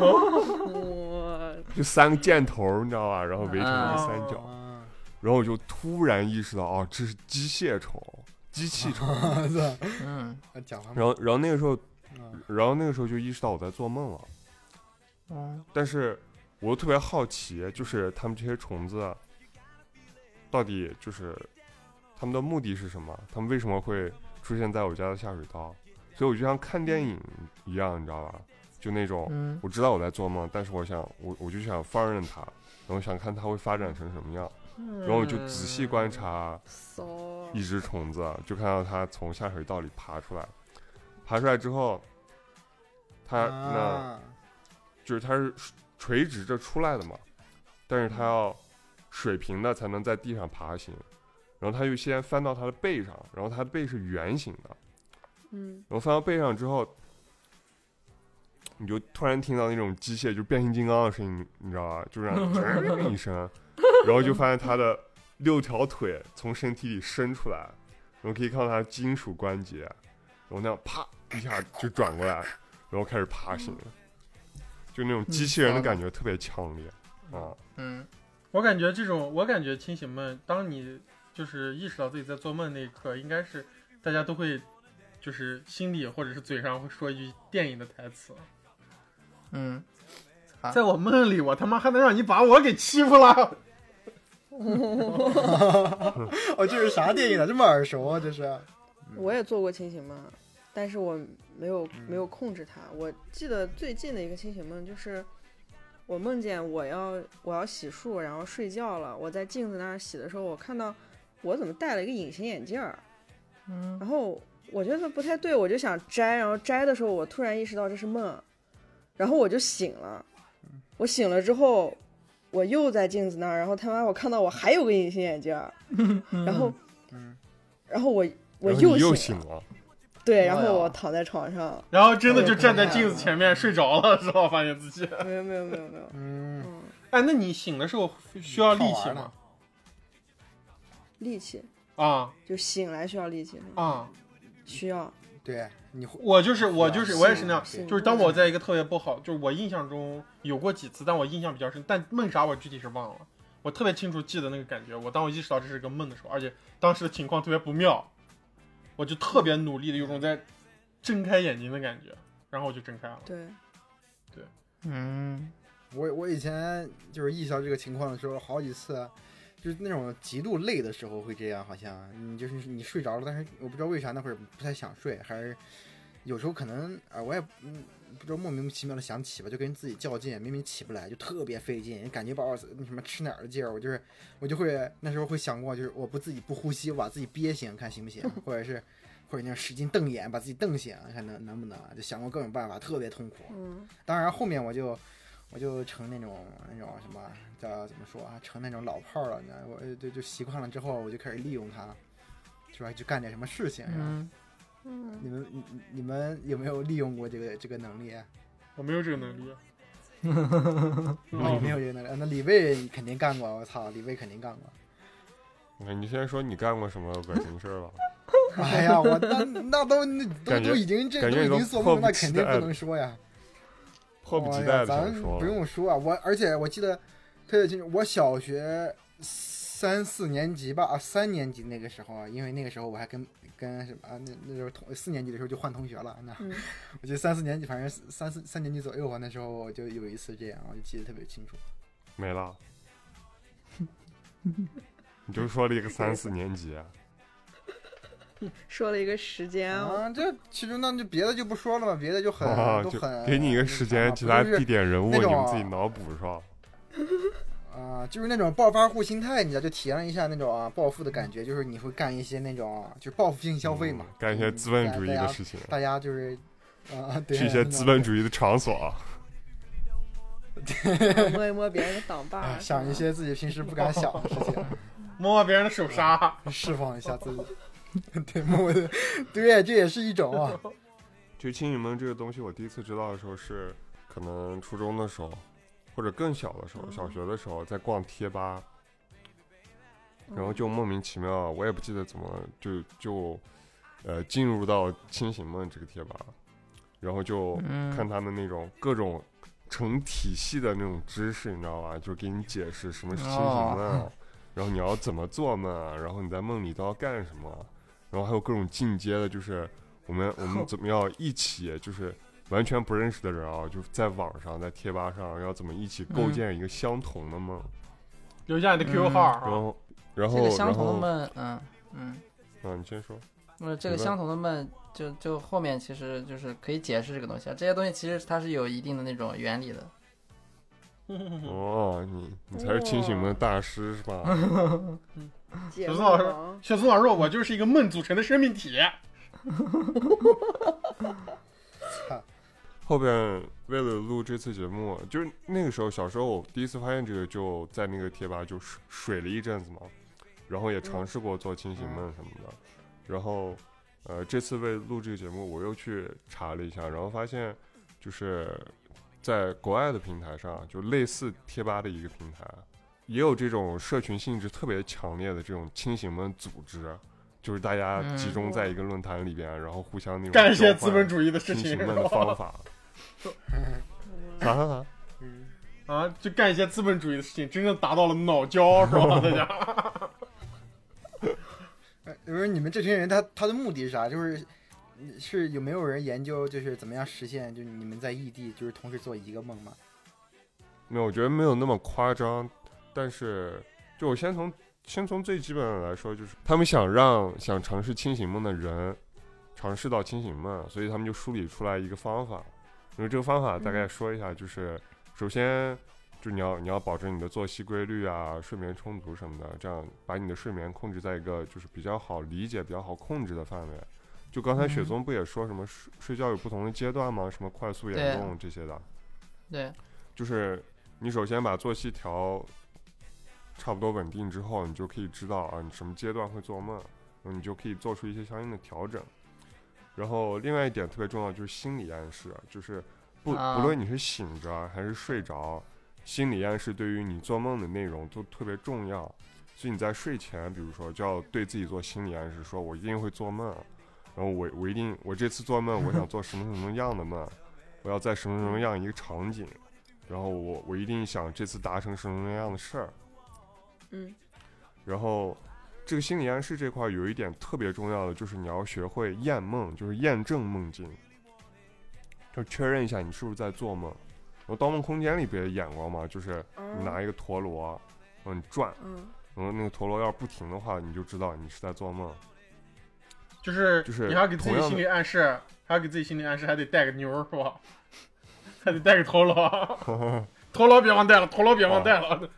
3个箭头，你知道吧？然后围成一个三角。然后我就突然意识到，这是机械虫、机器虫。然后那个时候就意识到我在做梦了。但是我又特别好奇，就是他们这些虫子到底就是他们的目的是什么？他们为什么会出现在我家的下水道？所以我就像看电影一样，你知道吧？就那种我知道我在做梦，但是我就想放任它，然后想看它会发展成什么样。然后我就仔细观察一只虫子，就看到它从下水道里爬出来之后，它就是它是垂直着出来的嘛，但是它要水平的才能在地上爬行，然后它就先翻到它的背上，然后它的背是圆形的，然后翻到背上之后， 你就突然听到那种机械，就变形金刚的声音，你知道吧？就这样一声，然后就发现他的6条腿从身体里伸出来，然后可以看到他的金属关节，然后那样啪一下就转过来，然后开始爬行了，就那种机器人的感觉特别强烈啊。 我感觉清醒梦，当你就是意识到自己在做梦那一刻，应该是大家都会就是心里或者是嘴上会说一句电影的台词。在我梦里，我他妈还能让你把我给欺负了。 哦，这是啥电影啊？这么耳熟啊？这是。 我也做过清醒梦，但是我没有控制它。我记得最近的一个清醒梦就是我梦见我要洗漱，然后睡觉了。我在镜子那儿洗的时候，我看到我怎么戴了一个隐形眼镜儿，然后我觉得不太对，我就想摘，然后摘的时候我突然意识到这是梦，然后我就醒了。我醒了之后，我又在镜子那儿，然后他妈我看到我还有个隐形眼镜儿，然后我又醒了。对，然后我躺在床上， 然后真的就站在镜子前面睡着了，之后发现自己没有。 哎，那你醒的时候需要力气吗？ 力气啊， 就醒来需要力气是吗？ 啊， 需要。 对， 我也是那样，就是当我在一个特别不好，就是我印象中有过几次，但我印象比较深，但梦啥我具体是忘了。我特别清楚记得那个感觉，当我意识到这是个梦的时候，而且当时的情况特别不妙，我就特别努力的有种在睁开眼睛的感觉，然后我就睁开了。 对， 我以前就是意识到这个情况的时候，好几次，就是那种极度累的时候会这样，好像你睡着了，但是我不知道为啥那会儿不太想睡，还是有时候可能我也不知道莫名其妙的想起吧，就跟自己较劲，明明起不来，就特别费劲，感觉把我那什么吃哪儿的劲儿，我就会那时候会想过，就是我自己不呼吸，我把自己憋醒，看行不行，或者那种使劲瞪眼，把自己瞪醒，看能不能，就想过各种办法，特别痛苦。当然后面我就成那种什么叫怎么说啊，成那种老炮了，我就习惯了之后，我就开始利用它，是吧？就干点什么事情。你们有没有利用过这个能力？ 我没有这个能力。 你没有这个能力？那李卫肯定干过，我操，李卫肯定干过。 你先说你干过什么恶心事吧？ 哎呀，我那都已经做梦了，那肯定不能说呀。 迫不及待的咱不用说啊，而且我记得特别清楚，我小学3、4年级吧，3年级那个时候啊，因为那个时候我还跟什么那时候4年级的时候就换同学了，我记得3、4年级，反正3年级左右吧，那时候我就有一次这样，我就记得特别清楚。 没了。你就说了一个3、4年级啊。 说了一个时间这其实那就别的就不说了嘛，别的就很就给你一个时间，其他地点人物你们自己脑补上。 就是那种暴发户心态，你知道，就体验了一下那种暴富的感觉，就是你会干一些那种就是报复性消费嘛， 干一些资本主义的事情。 大家就是去一些资本主义的场所。 摸一摸别人的挡把， 想一些自己平时不敢想的事情， 摸摸别人的手刹， 释放一下自己。对，摸的，对，这也是一种啊。 就清醒梦这个东西，我第一次知道的时候是可能初中的时候，或者更小的时候，小学的时候在逛贴吧，然后就莫名其妙，我也不记得怎么就进入到清醒梦这个贴吧，然后就看他们那种各种成体系的那种知识，你知道吧？就给你解释什么是清醒梦，然后你要怎么做梦，然后你在梦里都要干什么，然后还有各种进阶的，就是我们怎么样一起，就是完全不认识的人啊，就在网上在贴吧上要怎么一起构建一个相同的梦， 留下你的 QQ 号， 然后这个相同的梦， 你先说。 这个相同的梦就后面其实就是可以解释这个东西啊，这些东西其实它是有一定的那种原理的。 你才是清醒梦大师是吧？ 雪松老师说，我就是一个梦组成的生命体。 后边为了录这次节目，就是那个时候小时候我第一次发现这个，就在那个贴吧就水了一阵子嘛，然后也尝试过做清醒梦什么的，然后这次为录这个节目我又去查了一下，然后发现就是在国外的平台上，就类似贴吧的一个平台，也有这种社群性质特别强烈的这种清醒梦组织，就是大家集中在一个论坛里边，然后互相那种干一些资本主义的事情， 清醒梦的方法。 就干一些资本主义的事情，真正达到了脑交，是吧？大家。 不是你们这群人他的目的是啥？是有没有人研究就是怎么样实现就是你们在异地就是同时做一个梦吗？ 没有，我觉得没有那么夸张，但是就我先从最基本的来说，就是他们想尝试清醒梦的人尝试到清醒梦，所以他们就梳理出来一个方法。因为这个方法大概说一下，就是首先就你要保证你的作息规律啊，睡眠充足什么的，这样把你的睡眠控制在一个就是比较好理解、比较好控制的范围。就刚才雪宗不也说什么睡觉有不同的阶段吗？什么快速、严重这些的。 对， 就是你首先把作息调差不多稳定之后，你就可以知道啊你什么阶段会做梦，你就可以做出一些相应的调整。然后另外一点特别重要就是心理暗示，就是不论你是醒着还是睡着，心理暗示对于你做梦的内容都特别重要。所以你在睡前比如说就要对自己做心理暗示，说我一定会做梦，然后我这次做梦我想做什么什么样的梦，我要在什么什么样一个场景，然后我一定想这次达成什么样的事儿。然后这个心理暗示这块有一点特别重要的，就是你要学会验梦，就是验证梦境，就确认一下你是不是在做梦。然后《盗梦空间》里别演过嘛，就是你拿一个陀螺，然后你转，然后那个陀螺要是不停的话，你就知道你是在做梦。 就是你还要给自己心理暗示，还得带个妞是吧？还得带个陀螺，陀螺别忘带了，陀螺别忘带了。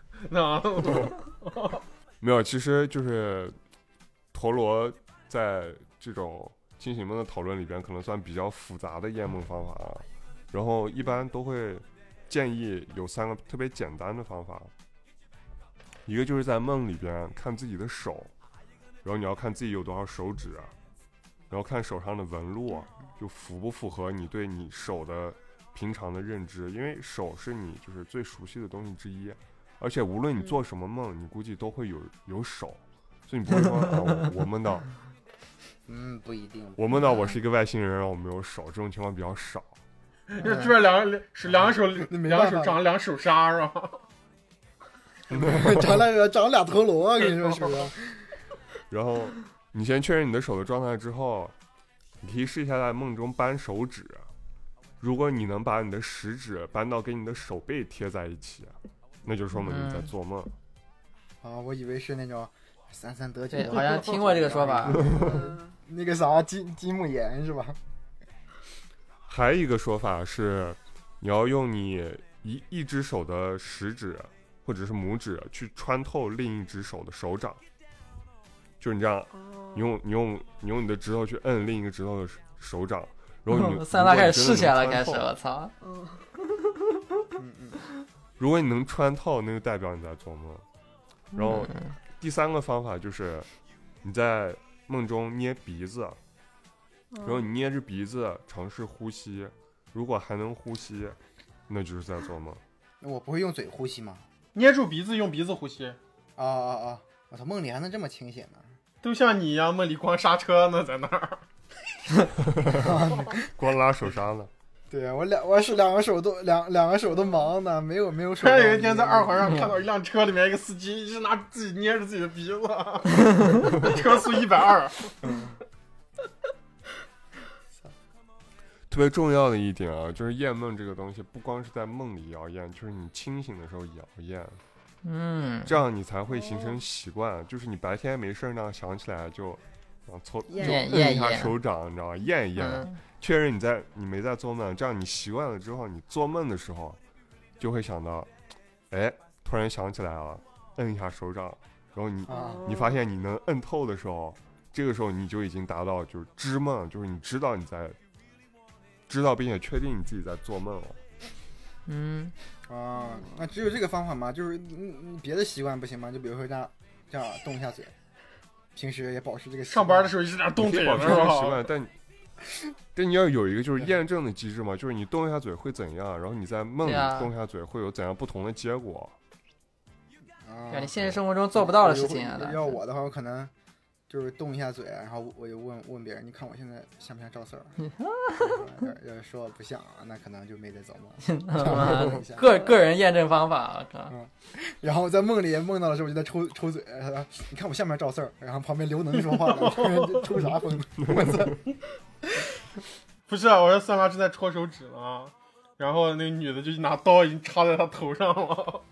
没有，其实就是陀螺在这种清醒梦的讨论里边可能算比较复杂的验梦方法，然后一般都会建议有3个特别简单的方法。一个就是在梦里边看自己的手，然后你要看自己有多少手指，然后看手上的纹路就符不符合你对你手的平常的认知，因为手是你就是最熟悉的东西之一，而且无论你做什么梦，你估计都会有手，所以你不会说我梦到， 不一定， 我梦到我是一个外星人，然后我没有手，这种情况比较少。 这边两个手长了2手刹是吧？ 长俩陀螺，跟你说是不是？ 然后你先确认你的手的状态之后，你可以试一下在梦中扳手指，如果你能把你的食指扳到跟你的手背贴在一起，那就说明你在做梦。 我以为是那种33得9， 好像听过这个说法。 那个啥金木研是吧？ 还有一个说法是，你要用你一只手的食指或者是拇指去穿透另一只手的手掌，就是你这样，你用你的指头去摁另一个指头的手掌，然后你三大开始试起来了，开始我操！ 如果你能穿透，那就代表你在做梦。然后第3个方法就是你在梦中捏鼻子，然后你捏着鼻子尝试呼吸，如果还能呼吸，那就是在做梦。 那我不会用嘴呼吸吗？ 捏住鼻子，用鼻子呼吸。 我操，梦里还能这么清醒呢？ 都像你一样，梦里光刹车呢，在那儿。 光拉手刹呢。 对啊，我是两个手都忙呢，没有手。 他有一天在2环上看到一辆车里面一个司机一直拿自己捏着自己的鼻子，车速120。 特别重要的一点啊，就是验梦这个东西，不光是在梦里要验，就是你清醒的时候也要验。这样你才会形成习惯，就是你白天没事呢，想起来就摁一下手掌，你知道吗？验一验，确认你没在做梦，这样你习惯了之后，你做梦的时候就会想到，突然想起来了，摁一下手掌，然后你发现你能摁透的时候，这个时候你就已经达到就是知梦，就是你知道并且确定你自己在做梦了。 那只有这个方法吗？就是别的习惯不行吗？就比如说这样动一下嘴，平时也保持这个习惯。 上班的时候一直在动嘴， 保持这个习惯，但但你要有一个就是验证的机制嘛，就是你动一下嘴会怎样，然后你在梦里动一下嘴会有怎样不同的结果。 你现实生活中做不到的事情啊。 要我的话，我可能就是动一下嘴，然后我就问别人，你看我现在像不像赵四儿？要是说不像啊，那可能就没得做梦。 个人验证方法， 然后在梦里梦到的时候，我就在抽嘴，你看我像不像赵四儿？然后旁边刘能说话了，抽啥风？我操！ 不是，我说酸辣正在戳手指呢，然后那个女的就拿刀已经插在他头上了。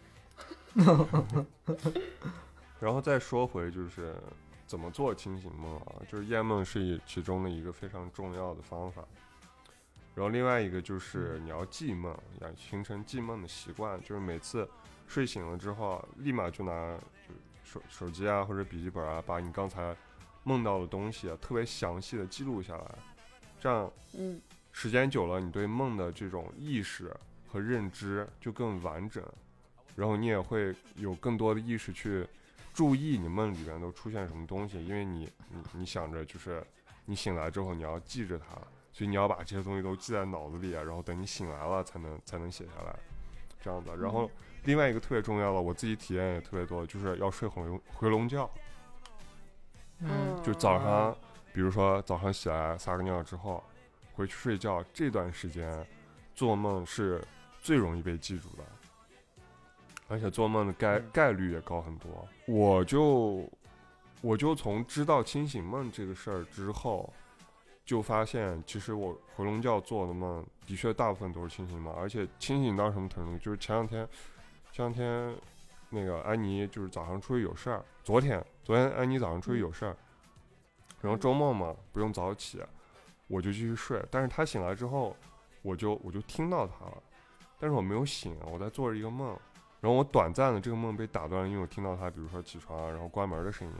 然后再说回就是怎么做清醒梦啊，就是验梦是其中的一个非常重要的方法。然后另外一个就是你要记梦，要形成记梦的习惯，就是每次睡醒了之后立马就拿手机啊或者笔记本啊，把你刚才梦到的东西啊特别详细的记录下来，这样时间久了你对梦的这种意识和认知就更完整，然后你也会有更多的意识去注意你梦里面都出现什么东西，因为你想着就是你醒来之后你要记着它，所以你要把这些东西都记在脑子里啊，然后等你醒来了才能写下来，这样的。然后另外一个特别重要的，我自己体验也特别多，就是要睡回笼觉。就早上比如说早上起来撒个尿之后回去睡觉，这段时间做梦是最容易被记住的，而且做梦的概率也高很多。我就从知道清醒梦这个事儿之后，就发现其实我回笼觉做的梦的确大部分都是清醒梦，而且清醒到什么程度，就是前两天那个安妮就是早上出去有事儿，昨天安妮早上出去有事儿，然后周末嘛不用早起，我就继续睡，但是她醒来之后我就听到她了，但是我没有醒，我在做着一个梦，然后我短暂的这个梦被打断了，因为我听到她比如说起床然后关门的声音，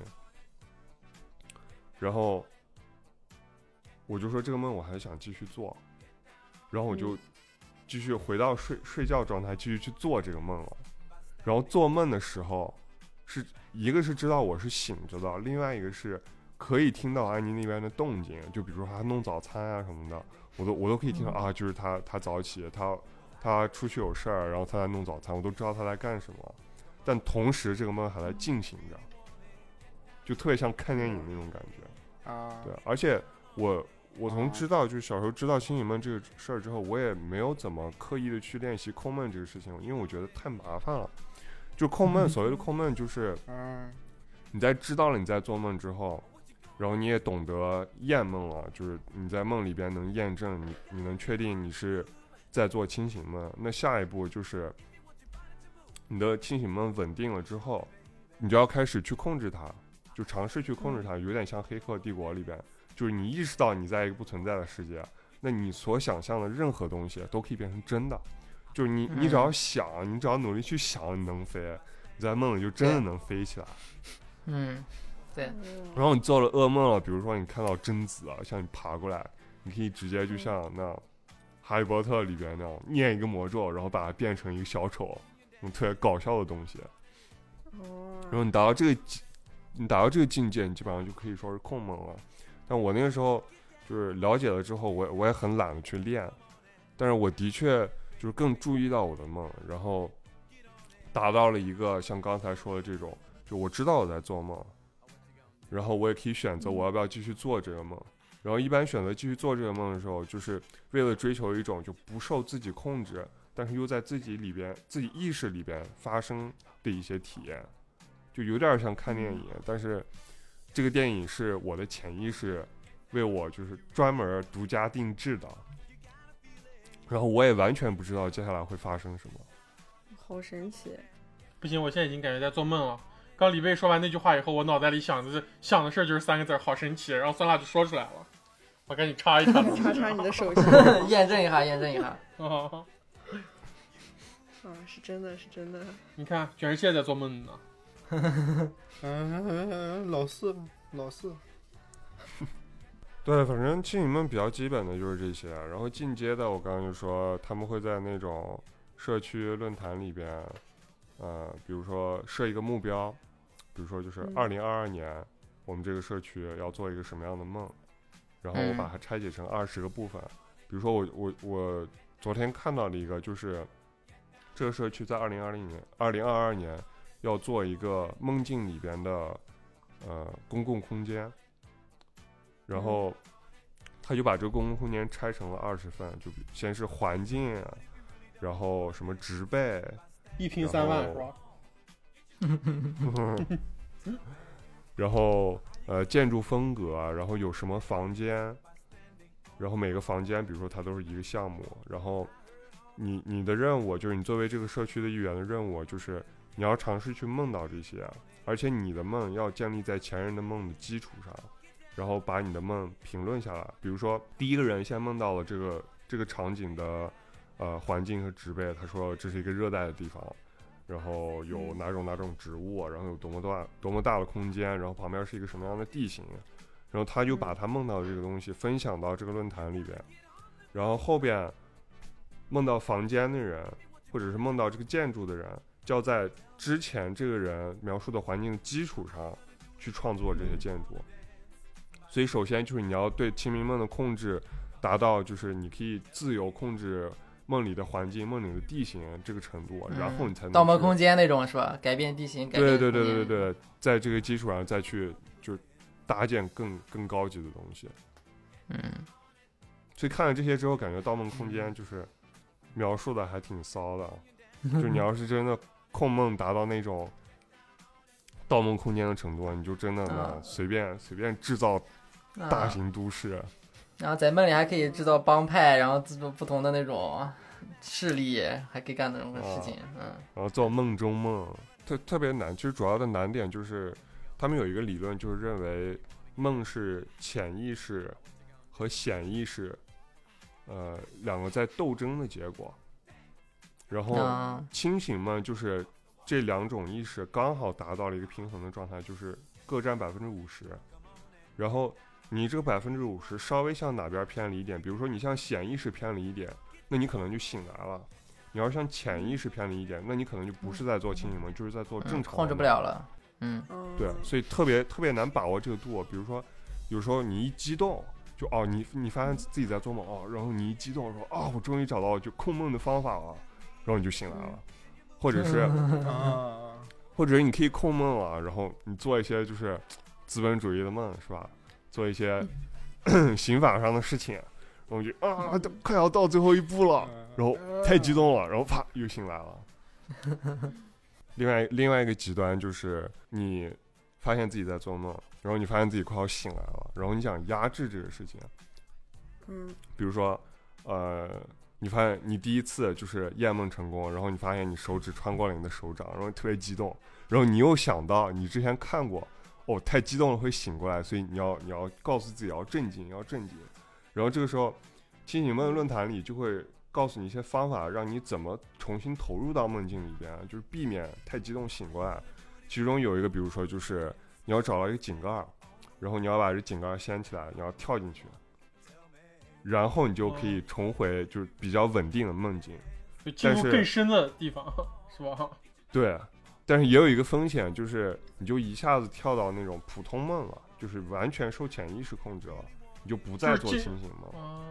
然后我就说这个梦我还想继续做，然后我就继续回到睡觉状态，继续去做这个梦了。然后做梦的时候是一个是知道我是醒着的，另外一个是可以听到安妮那边的动静，就比如说她弄早餐啊什么的，我都可以听到啊，就是她早起，她出去有事儿，然后她在弄早餐，我都知道她在干什么。但同时这个梦还在进行着，就特别像看电影那种感觉啊。对，而且我从知道就是小时候知道清醒梦这个事儿之后，我也没有怎么刻意的去练习控梦这个事情，因为我觉得太麻烦了。就控梦，所谓的控梦就是你在知道了你在做梦之后，然后你也懂得验梦了，就是你在梦里边能验证你能确定你是在做清醒梦，那下一步就是你的清醒梦稳定了之后，你就要开始去控制它，就尝试去控制它，有点像黑客帝国里边，就是你意识到你在一个不存在的世界，那你所想象的任何东西都可以变成真的，就是你只要想，你只要努力去想，你能飞，你在梦里就真的能飞起来。 对。 然后你做了噩梦了，比如说你看到贞子啊向你爬过来，你可以直接就像那哈利波特里边那样念一个魔咒，然后把它变成一个小丑，那种特别搞笑的东西。然后你达到这个境界，你基本上就可以说是控梦了。但我那个时候就是了解了之后，我也很懒得去练，但是我的确就是更注意到我的梦，然后达到了一个像刚才说的这种，就我知道我在做梦，然后我也可以选择我要不要继续做这个梦。然后一般选择继续做这个梦的时候，就是为了追求一种就不受自己控制，但是又在自己意识里边发生的一些体验，就有点像看电影，但是这个电影是我的潜意识为我就是专门独家定制的，然后我也完全不知道接下来会发生什么。 好神奇！ 不行，我现在已经感觉在做梦了。刚李卫说完那句话以后，我脑袋里想的事就是3个字，好神奇。然后酸辣就说出来了，我赶紧插一插， 插你的手机， 验证一下。 是真的，是真的。 你看，全世界在做梦呢。 老四。 对，反正清醒梦比较基本的就是这些，然后进阶的我刚刚就说他们会在那种社区论坛里边，比如说设一个目标，比如说就是2022年我们这个社区要做一个什么样的梦， 然后我把它拆解成20个部分。比如说我昨天看到的一个，就是这个社区在2022年要做一个梦境里边的公共空间，然后他就把这个公共空间拆成了20份，就先是环境，然后什么植被 ，1坪3万是吧？ 然后建筑风格，然后有什么房间，然后每个房间比如说它都是一个项目，然后你的任务就是你作为这个社区的一员的任务就是你要尝试去梦到这些，而且你的梦要建立在前人的梦的基础上，然后把你的梦评论下来。比如说第一个人先梦到了这个场景的环境和植被，他说这是一个热带的地方，然后有哪种植物，然后有多么大的空间，然后旁边是一个什么样的地形，然后他就把他梦到的这个东西分享到这个论坛里边，然后后边梦到房间的人或者是梦到这个建筑的人，就要在之前这个人描述的环境的基础上去创作这些建筑。所以首先就是你要对清明梦的控制达到就是你可以自由控制梦里的环境、梦里的地形这个程度，然后你才能盗梦空间那种是吧？改变地形，改变对，在这个基础上再去就搭建更高级的东西。所以看了这些之后，感觉盗梦空间就是描述的还挺骚的。就你要是真的控梦达到那种盗梦空间的程度，你就真的呢随便制造大型都市。 然后在梦里还可以制造帮派，然后制作不同的那种势力，还可以干那种事情。 然后做梦中梦，特别难。其实主要的难点就是他们有一个理论，就是认为梦是潜意识和显意识两个在斗争的结果，然后清醒梦就是这两种意识刚好达到了一个平衡的状态，就是各占50%，然后你这个50%稍微向哪边偏离一点，比如说你向显意识偏离一点，那你可能就醒来了；你要向潜意识偏离一点，那你可能就不是在做清醒梦，就是在做正常梦， 控制不了了。 对，所以特别难把握这个度。比如说有时候你一激动就你发现自己在做梦然后你一激动说我终于找到就控梦的方法了，然后你就醒来了，或者是或者你可以控梦了，然后你做一些就是资本主义的梦是吧，做一些刑法上的事情，然后就快要到最后一步了，然后太激动了，然后啪又醒来了。另外一个极端就是你发现自己在做梦，然后你发现自己快要醒来了，然后你想压制这个事情。比如说你发现你第一次就是夜梦成功，然后你发现你手指穿过了你的手掌，然后特别激动，然后你又想到你之前看过太激动了会醒过来，所以你要告诉自己要镇静。然后这个时候清醒梦论坛里就会告诉你一些方法，让你怎么重新投入到梦境里边，就是避免太激动醒过来。其中有一个比如说就是你要找到一个井盖，然后你要把这井盖掀起来，你要跳进去，然后你就可以重回就是比较稳定的梦境， 进入更深的地方是吧？ 对，但是也有一个风险，就是你就一下子跳到那种普通梦了，就是完全受潜意识控制了，你就不再做清醒梦。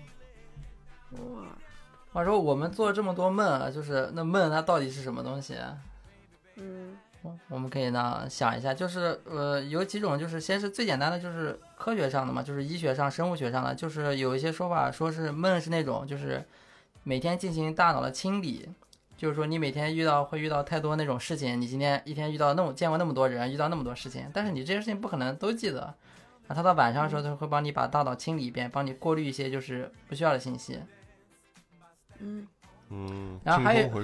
话说我们做这么多梦，就是那梦它到底是什么东西？我们可以呢想一下，就是有几种，就是先是最简单的，就是科学上的嘛，就是医学上、生物学上的，就是有一些说法说是梦是那种就是每天进行大脑的清理，就是说你每天会遇到太多那种事情，你今天一天见过那么多人，遇到那么多事情，但是你这些事情不可能都记得，然后他到晚上的时候，他会帮你把大脑清理一遍，帮你过滤一些就是不需要的信息。然后还有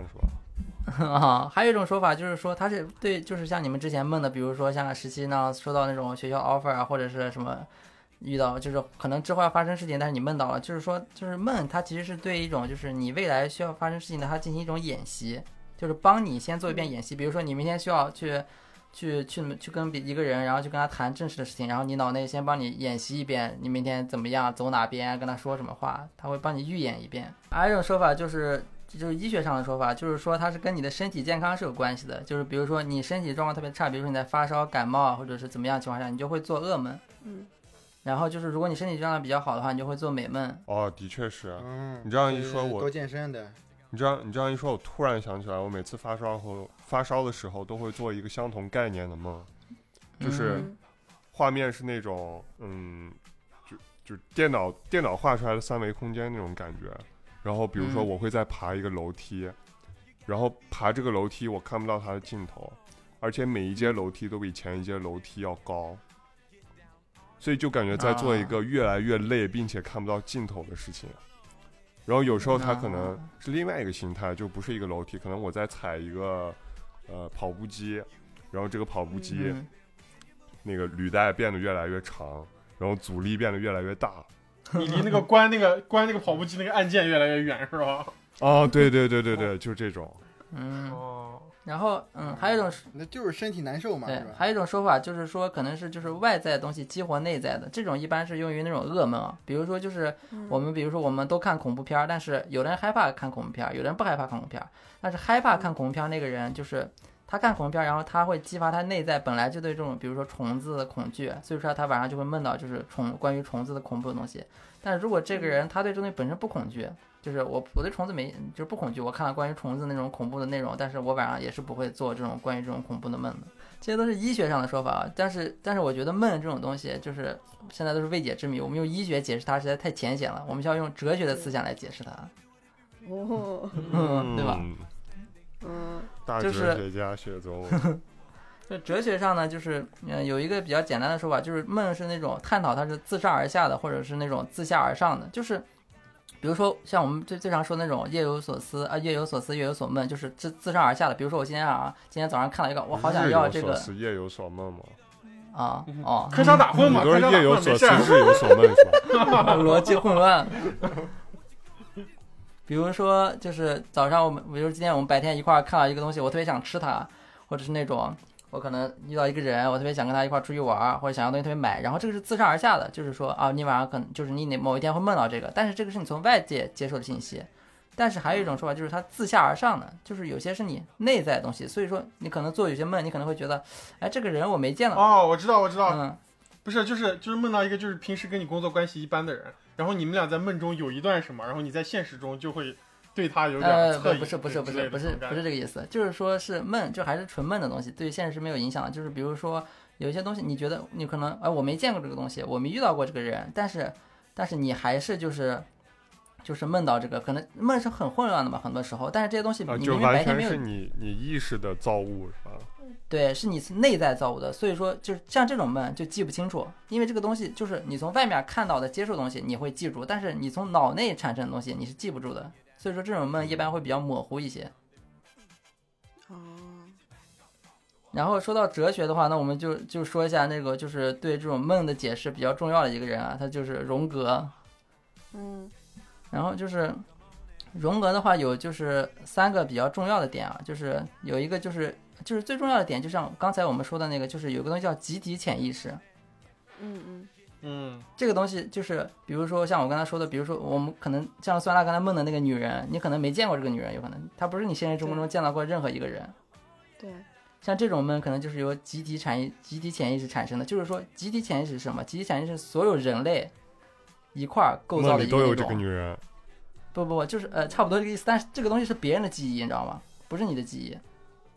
还有一种说法就是说它是对，就是像你们之前梦的，比如说像17呢收到那种学校 offer 啊，或者是什么遇到就是可能之后要发生事情，但是你梦到了，就是说就是梦它其实是对一种就是你未来需要发生事情的它进行一种演习，就是帮你先做一遍演习。比如说你明天需要去跟一个人，然后去跟他谈正式的事情，然后你脑内先帮你演习一遍，你明天怎么样，走哪边，跟他说什么话，他会帮你预演一遍。还有一种说法就是医学上的说法，就是说它是跟你的身体健康是有关系的，就是比如说你身体状况特别差，比如说你在发烧、感冒或者是怎么样的情况下，你就会做噩梦。 然后就是如果你身体状态比较好的话，你就会做美梦。 哦，的确是。你这样一说，我多健身的。 你这样一说，我突然想起来，我每次发烧的时候都会做一个相同概念的梦，就是画面是那种就电脑画出来的3维空间那种感觉。然后比如说我会再爬一个楼梯，然后爬这个楼梯我看不到它的尽头，而且每一阶楼梯都比前一阶楼梯要高，所以就感觉在做一个越来越累并且看不到尽头的事情。然后有时候它可能是另外一个形态，就不是一个楼梯，可能我在踩一个跑步机，然后这个跑步机那个履带变得越来越长，然后阻力变得越来越大。 你离那个关那个跑步机那个按键越来越远是吧？ 哦，对，就是这种。 然后还有一种那就是身体难受嘛。 对，还有一种说法就是说可能是就是外在的东西激活内在的，这种一般是用于那种噩梦啊。比如说就是比如说我们都看恐怖片，但是有的人害怕看恐怖片，有的人不害怕看恐怖片，但是害怕看恐怖片那个人就是他看恐怖片，然后他会激发他内在本来就对这种比如说虫子的恐惧，所以说他晚上就会梦到就是关于虫子的恐怖的东西。但是如果这个人他对这东西本身不恐惧，就是我对虫子就是不恐惧，我看了关于虫子那种恐怖的内容，但是我晚上也是不会做这种关于这种恐怖的梦的。这些都是医学上的说法啊，但是我觉得梦这种东西就是现在都是未解之谜，我们用医学解释它实在太浅显了，我们需要用哲学的思想来解释它。对吧？ 大哲学家雪宗。 就哲学上呢，就是有一个比较简单的说法，就是梦是那种探讨它是自上而下的，或者是那种自下而上的。就是比如说像我们最常说的那种夜有所思啊，夜有所思，夜有所梦，就是自上而下的。比如说我今天早上看了一个，我好想要这个。 日有所思，夜有所梦吗？ 开场打混嘛， 你都是夜有所思，日有所梦是吧？ 逻辑混乱。比如说就是早上比如今天我们白天一块看到一个东西，我特别想吃它，或者是那种我可能遇到一个人，我特别想跟他一块出去玩，或者想要东西特别买，然后这个是自上而下的，就是说啊，你晚上可能就是你某一天会梦到这个，但是这个是你从外界接受的信息。但是还有一种说法就是它自下而上的，就是有些是你内在的东西，所以说你可能做有些梦，你可能会觉得，哎，这个人我没见到。 哦，我知道，不是，就是梦到一个就是平时跟你工作关系一般的人，然后你们俩在梦中有一段什么，然后你在现实中就会对他有点侧影。 不是这个意思，就是说是梦，就还是纯梦的东西，对现实是没有影响的。就是比如说有一些东西，你觉得你可能我没见过这个东西，我没遇到过这个人，但是你还是就是梦到这个，可能梦是很混乱的嘛，很多时候，但是这些东西你明明白天没有， 就完全是你意识的造物是吧？ 对，是你内在造物的，所以说就是像这种梦就记不清楚，因为这个东西就是你从外面看到的接受的东西你会记住，但是你从脑内产生的东西你是记不住的，所以说这种梦一般会比较模糊一些。然后说到哲学的话，那我们就说一下那个就是对这种梦的解释比较重要的一个人啊，他就是荣格。然后就是荣格的话有就是3个比较重要的点啊，就是有一个就是最重要的点，就像刚才我们说的那个，就是有个东西叫集体潜意识。这个东西就是比如说像我刚才说的，比如说我们可能像酸辣刚才梦的那个女人，你可能没见过这个女人，有可能她不是你现实生活中见到过任何一个人。 对， 像这种梦可能就是由集体潜意识产生的。就是说集体潜意识是什么？集体潜意识是所有人类一块构造的一个， 梦里都有这个女人。 不，就是差不多这个意思，但是这个东西是别人的记忆，你知道吗？不是你的记忆。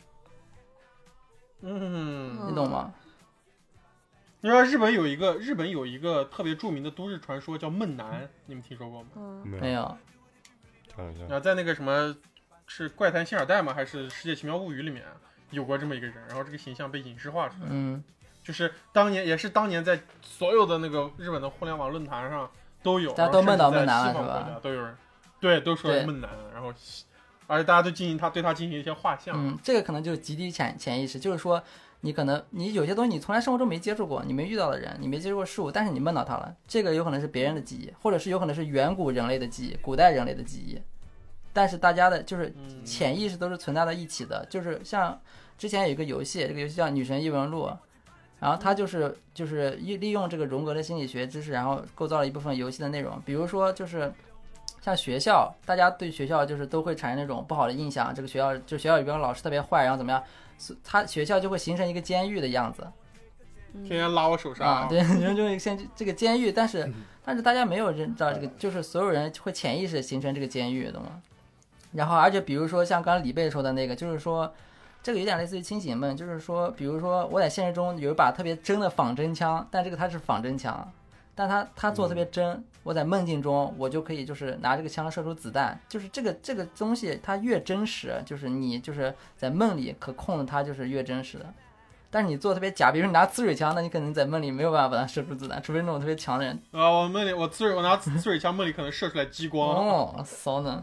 你懂吗？ 你知道日本有一个特别著名的都市传说叫梦男，你们听说过吗？ 没有。 然后在那个什么是怪谈辛尔代吗？还是世界奇妙物语里面有过这么一个人，然后这个形象被影视化出来。就是当年在所有的那个日本的互联网论坛上都有， 大家都梦到梦男了是吧？ 都有人对都说梦男，然后而且大家都对他进行一些画像。 这个可能就是集体潜意识，就是说你可能你有些东西你从来生活中没接触过，你没遇到的人，你没接触过事物，但是你梦到它了，这个有可能是别人的记忆，或者是有可能是远古人类的记忆，古代人类的记忆，但是大家的就是潜意识都是存在在一起的。就是像之前有一个游戏，这个游戏叫《女神异闻录》，然后它就是利用这个荣格的心理学知识，然后构造了一部分游戏的内容。比如说就是像学校，大家对学校就是都会产生那种不好的印象，这个学校里边老师特别坏，然后怎么样，他学校就会形成一个监狱的样子。 天天拉我手上啊，对，人就这个监狱，但是大家没有人知道这个，就是所有人会潜意识形成这个监狱，懂吗？然后而且比如说像刚刚李贝说的那个，就是说这个有点类似于清醒梦，就是说比如说我在现实中有一把特别真的仿真枪，但这个它是仿真枪，但它做的特别真，我在梦境中我就可以就是拿这个枪射出子弹，就是这个东西它越真实，就是你就是在梦里可控的它就是越真实的。但是你做的特别假，比如你拿呲水枪，那你可能在梦里没有办法把它射出子弹，除非那种特别强的人。 啊，我拿呲水枪，梦里可能射出来激光。 哦，骚呢。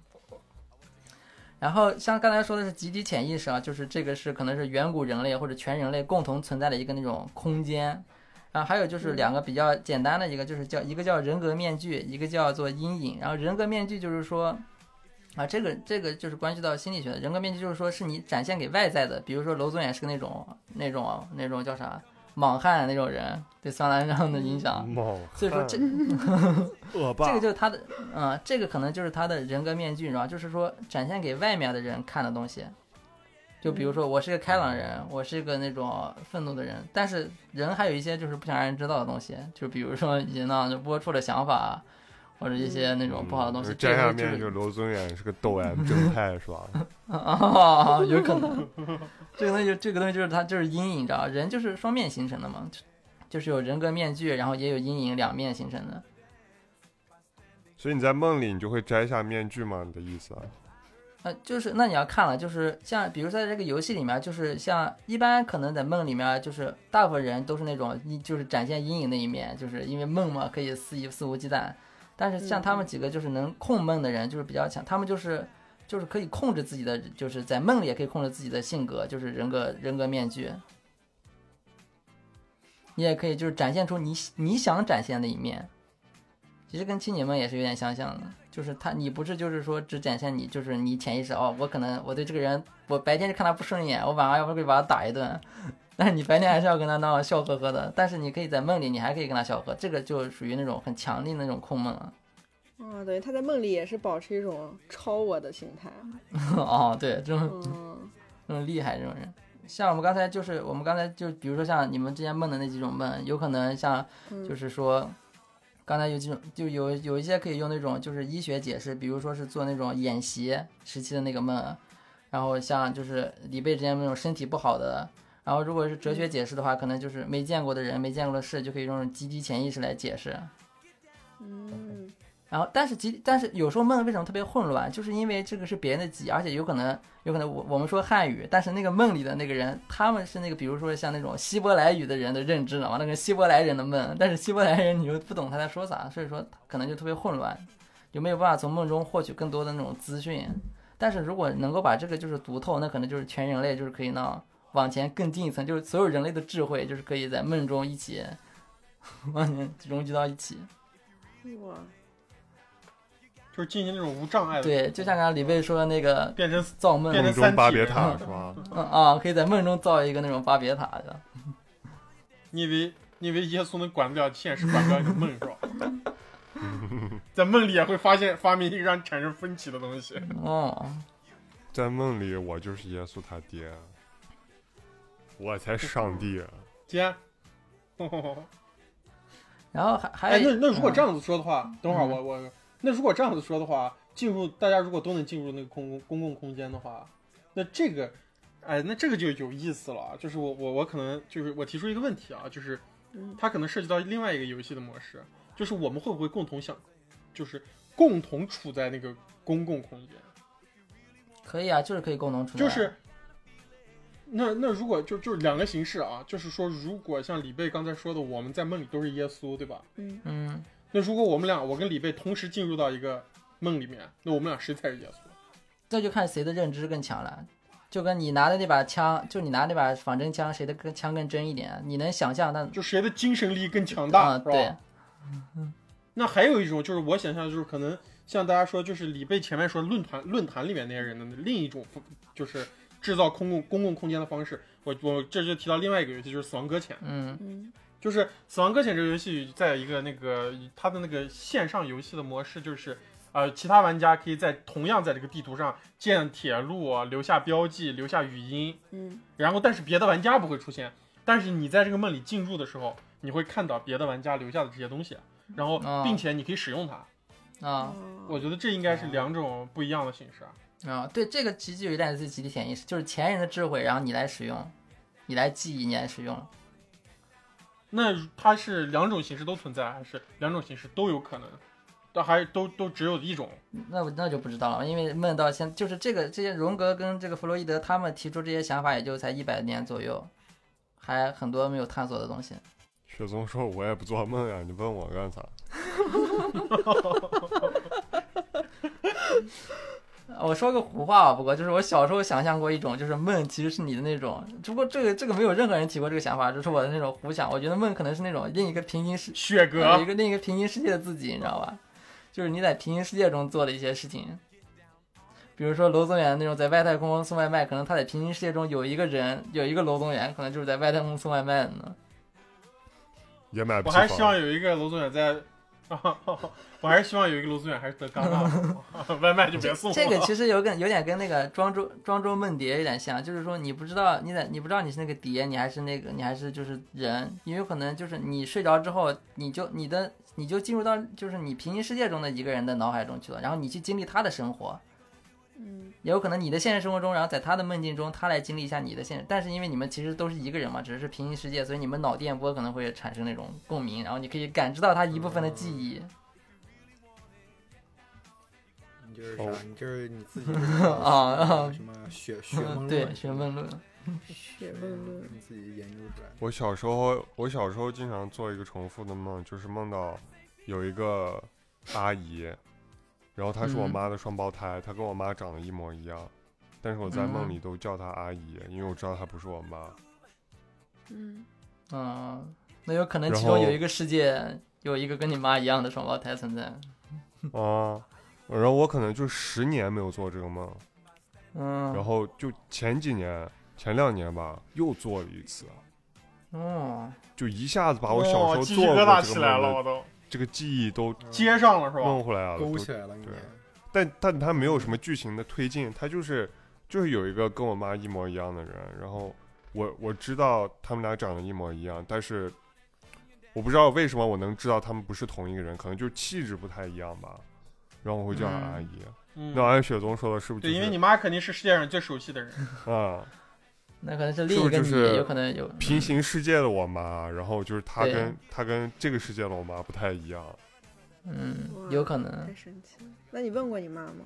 然后像刚才说的是集体潜意识啊，就是这个是可能是远古人类或者全人类共同存在的一个那种空间。然后还有就是两个比较简单的一个，就是一个叫人格面具，一个叫做阴影。然后人格面具就是说。啊，这个就是关系到心理学的。人格面具就是说是你展现给外在的，比如说娄宗远是个那种叫啥莽汉那种人，对桑兰上的影响。所以说这这个就是他的，这个可能就是他的人格面具，你知道吗？就是说展现给外面的人看的东西。就比如说我是个开朗人，我是一个那种愤怒的人，但是人还有一些就是不想让人知道的东西，就比如说一些那样龌龊的想法。或者一些那种不好的东西， 摘下面就娄宗远是个抖 M 正太是吧？ 啊，有可能。这个东西就是它就是阴影，知道人就是双面形成的嘛，就是有人格面具，然后也有阴影，两面形成的。 所以你在梦里你就会摘下面具吗？你的意思啊？ 就是那你要看了，就是像比如在这个游戏里面，就是像一般可能在梦里面，就是大部分人都是那种就是展现阴影那一面，就是因为梦嘛可以肆无忌惮。但是像他们几个就是能控梦的人就是比较强，他们就是可以控制自己的，就是在梦里也可以控制自己的性格，就是人格面具。你也可以就是展现出你想展现的一面，其实跟清醒梦也是有点相像的，就是你不是就是说只展现你就是你潜意识我可能我对这个人我白天就看他不顺眼，我晚上要不会把他打一顿。但是你白天还是要跟他闹笑呵呵的，但是你可以在梦里，你还可以跟他笑呵，这个就属于那种很强力的那种控梦了。 对，他在梦里也是保持一种超我的心态。 哦，对，这种厉害这种人，像我们刚才就比如说像你们之前梦的那几种梦，有可能像就是说，刚才有几种就有一些可以用那种就是医学解释，比如说是做那种演习时期的那个梦，然后像就是李贝之前那种身体不好的。然后如果是哲学解释的话，可能就是没见过的人没见过的事就可以用集体潜意识来解释。然后但是有时候梦为什么特别混乱，就是因为这个是别人的记忆，而且有可能我们说汉语，但是那个梦里的那个人他们是那个比如说像那种希伯来语的人的认知了嘛，那个希伯来人的梦，但是希伯来人你又不懂他在说啥，所以说可能就特别混乱，有没有办法从梦中获取更多的那种资讯。但是如果能够把这个就是读透，那可能就是全人类就是可以往前更进一层，就是所有人类的智慧就是可以在梦中一起往前融集到一起。 哇， 就是进行那种无障碍的。 对，就像刚刚李贝说的那个变成造梦中巴别塔是吧？ 可以在梦中造一个那种巴别塔的。 你以为耶稣能管不了现实，管不了你的梦是吧？在梦里也会发明一个让你产生分歧的东西。 在梦里我就是耶稣他爹，我才上帝爹。 然后还那如果这样子说的话，等会儿我那如果这样子说的话，大家如果都能进入那个公共空间的话，那这个就有意思了。就是我可能就是我提出一个问题啊，就是它可能涉及到另外一个游戏的模式，就是我们会不会就是共同处在那个公共空间？ 可以啊，就是可以共同处在。 就是那如果就是两个形式啊，就是说如果像李贝刚才说的，我们在梦里都是耶稣，对吧？那如果我跟李贝同时进入到一个梦里面，那我们俩谁才是耶稣？ 这就看谁的认知更强了。就跟你拿的那把枪，就你拿那把仿真枪，谁的枪更真一点？你能想象，但就谁的精神力更强大，是吧？ 对。 那还有一种就是我想象，就是可能像大家说，就是李贝前面说论坛里面那些人的另一种，就是制造公共空间的方式。我这就提到另外一个游戏，就是《死亡搁浅》。就是《死亡搁浅》这个游戏，在一个它的那个线上游戏的模式，就是其他玩家可以同样在这个地图上建铁路，留下标记，留下语音，然后但是别的玩家不会出现。 但是你在这个梦里进入的时候，你会看到别的玩家留下的这些东西，然后并且你可以使用它啊。 我觉得这应该是两种不一样的形式对，这个其实有一点是集体潜意识，就是前人的智慧，然后你来使用，你来记忆，你来使用。 那它是两种形式都存在，还是两种形式都有可能？但还都只有一种？ 那就不知道了，因为梦到就是这些荣格跟这个弗洛伊德他们提出这些想法也就才100年左右，还很多没有探索的东西。 雪松说：“我也不做梦呀，你问我干啥？” 我说个胡话不过就是我小时候想象过一种，就是梦其实是你的那种，只不过这个没有任何人提过这个想法，这是我的那种胡想。我觉得梦可能是那种另一个平行世雪哥， 另一个平行世界的自己，你知道吧？就是你在平行世界中做的一些事情，比如说娄宗远那种在外太空送外卖，可能他在平行世界中有一个娄宗远，可能就是在外太空送外卖的呢。 也买不起。我还是希望有一个娄宗远在。我还是希望有一个娄宗远还是得戛纳外卖就别送了。 这个其实有点跟那个庄周梦蝶有点像，就是说你不知道你不知道你是那个蝶，你还是就是人，也有可能就是你睡着之后，你就进入到就是你平行世界中的一个人的脑海中去了，然后你去经历他的生活。也有可能你的现实生活中，然后在他的梦境中，他来经历一下你的现实，但是因为你们其实都是一个人嘛，只是平行世界，所以你们脑电波可能会产生那种共鸣，然后你可以感知到他一部分的记忆。 你就是啥？你就是你自己什么学梦论？ 对，学梦论。 学梦论， 你自己研究出来。 我小时候经常做一个重复的梦，就是梦到有一个阿姨。然后她是我妈的双胞胎，她跟我妈长得一模一样，但是我在梦里都叫她阿姨，因为我知道她不是我妈。 那有可能其中有一个世界有一个跟你妈一样的双胞胎存在。 然后我可能就10年没有做这个梦，然后就前2年吧，又做了一次，就一下子把我小时候做过这个梦的这个记忆都接上了，是吧？ 弄回来了， 勾起来了。 对，但它没有什么剧情的推进，它就是有一个跟我妈一模一样的人，然后我知道他们俩长得一模一样，但是我不知道为什么我能知道他们不是同一个人，可能就气质不太一样吧。然后我会叫她阿姨。那按雪宗说的是不是、 对，因为你妈肯定是世界上最熟悉的人啊。 那可能是另一个你，有可能有平行世界的我妈，然后就是她跟这个世界的我妈不太一样。 有可能。 太神奇了！那你问过你妈吗？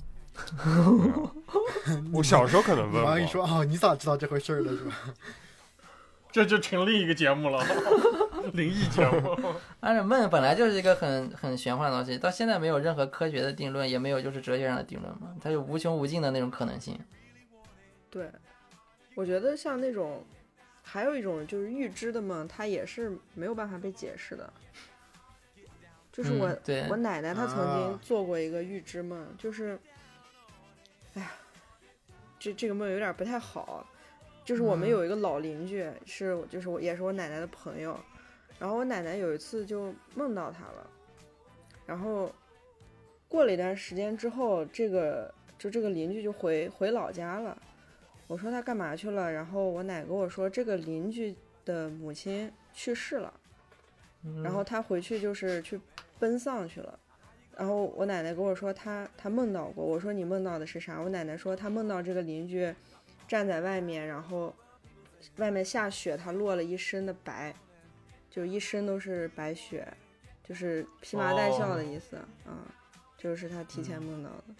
我小时候可能问过。 我妈一说你咋知道这回事了是吧？ 这就成另一个节目了，灵异节目。 而且梦本来就是一个很玄幻的东西，到现在没有任何科学的定论，也没有就是哲学上的定论嘛，它有无穷无尽的那种可能性。 对。我觉得像那种还有一种就是预知的梦，它也是没有办法被解释的。就是我奶奶她曾经做过一个预知梦，就是哎呀，这个梦有点不太好。就是我们有一个老邻居，也是我奶奶的朋友，然后我奶奶有一次就梦到他了，然后过了一段时间之后，这个邻居就回老家了。我说他干嘛去了，然后我奶跟我说这个邻居的母亲去世了，然后他回去就是去奔丧去了。然后我奶奶跟我说他梦到过，我说你梦到的是啥？我奶奶说他梦到这个邻居站在外面，然后外面下雪，他落了一身的白，就一身都是白雪，就是披麻戴孝的意思。就是他提前梦到的。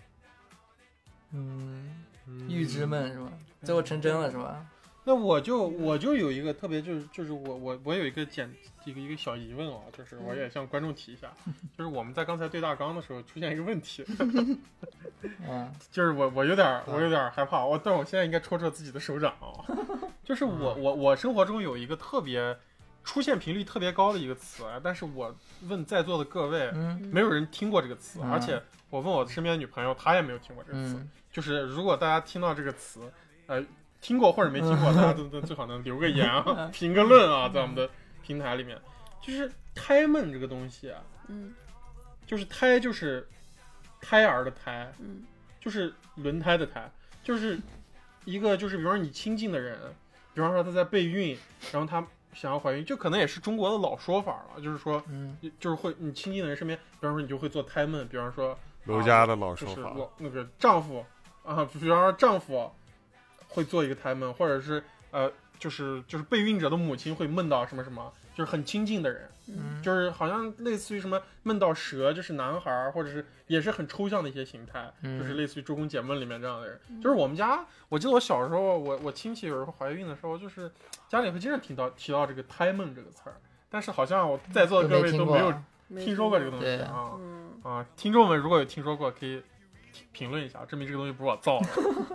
预知梦是吧？最后成真了是吧？ 那我就有一个特别就是我有一个一个小疑问啊，就是我也向观众提一下，就是我们在刚才对大纲的时候出现一个问题，就是我有点害怕，但我现在应该戳自己的手掌啊，就是我生活中有一个特别出现频率特别高的一个词，但是我问在座的各位，没有人听过这个词，而且我问我身边的女朋友，她也没有听过这个词。就是如果大家听到这个词，听过或者没听过，大家都最好能留个言啊，评个论啊，在我们的平台里面。就是胎梦这个东西啊，就是胎就是胎儿的胎，就是轮胎的胎，就是一个就是比如说你亲近的人， 比方说她在备孕，然后她想要怀孕，就可能也是中国的老说法了，就是说，就是会你亲近的人身边，比方说你就会做胎梦，比方说楼家的老说法， 就是那个丈夫啊，比方说丈夫会做一个胎梦，或者是就是备孕者的母亲会梦到什么什么，就是很亲近的人，就是好像类似于什么梦到蛇就是男孩，或者是也是很抽象的一些形态，就是类似于《周公解梦》里面这样的人。就是我们家，我记得我小时候，我亲戚有时候怀孕的时候，就是家里会经常提到这个胎梦这个词儿，但是好像我在座的各位都没有听说过这个东西啊。听众们如果有听说过，可以评论一下，证明这个东西不是我造的。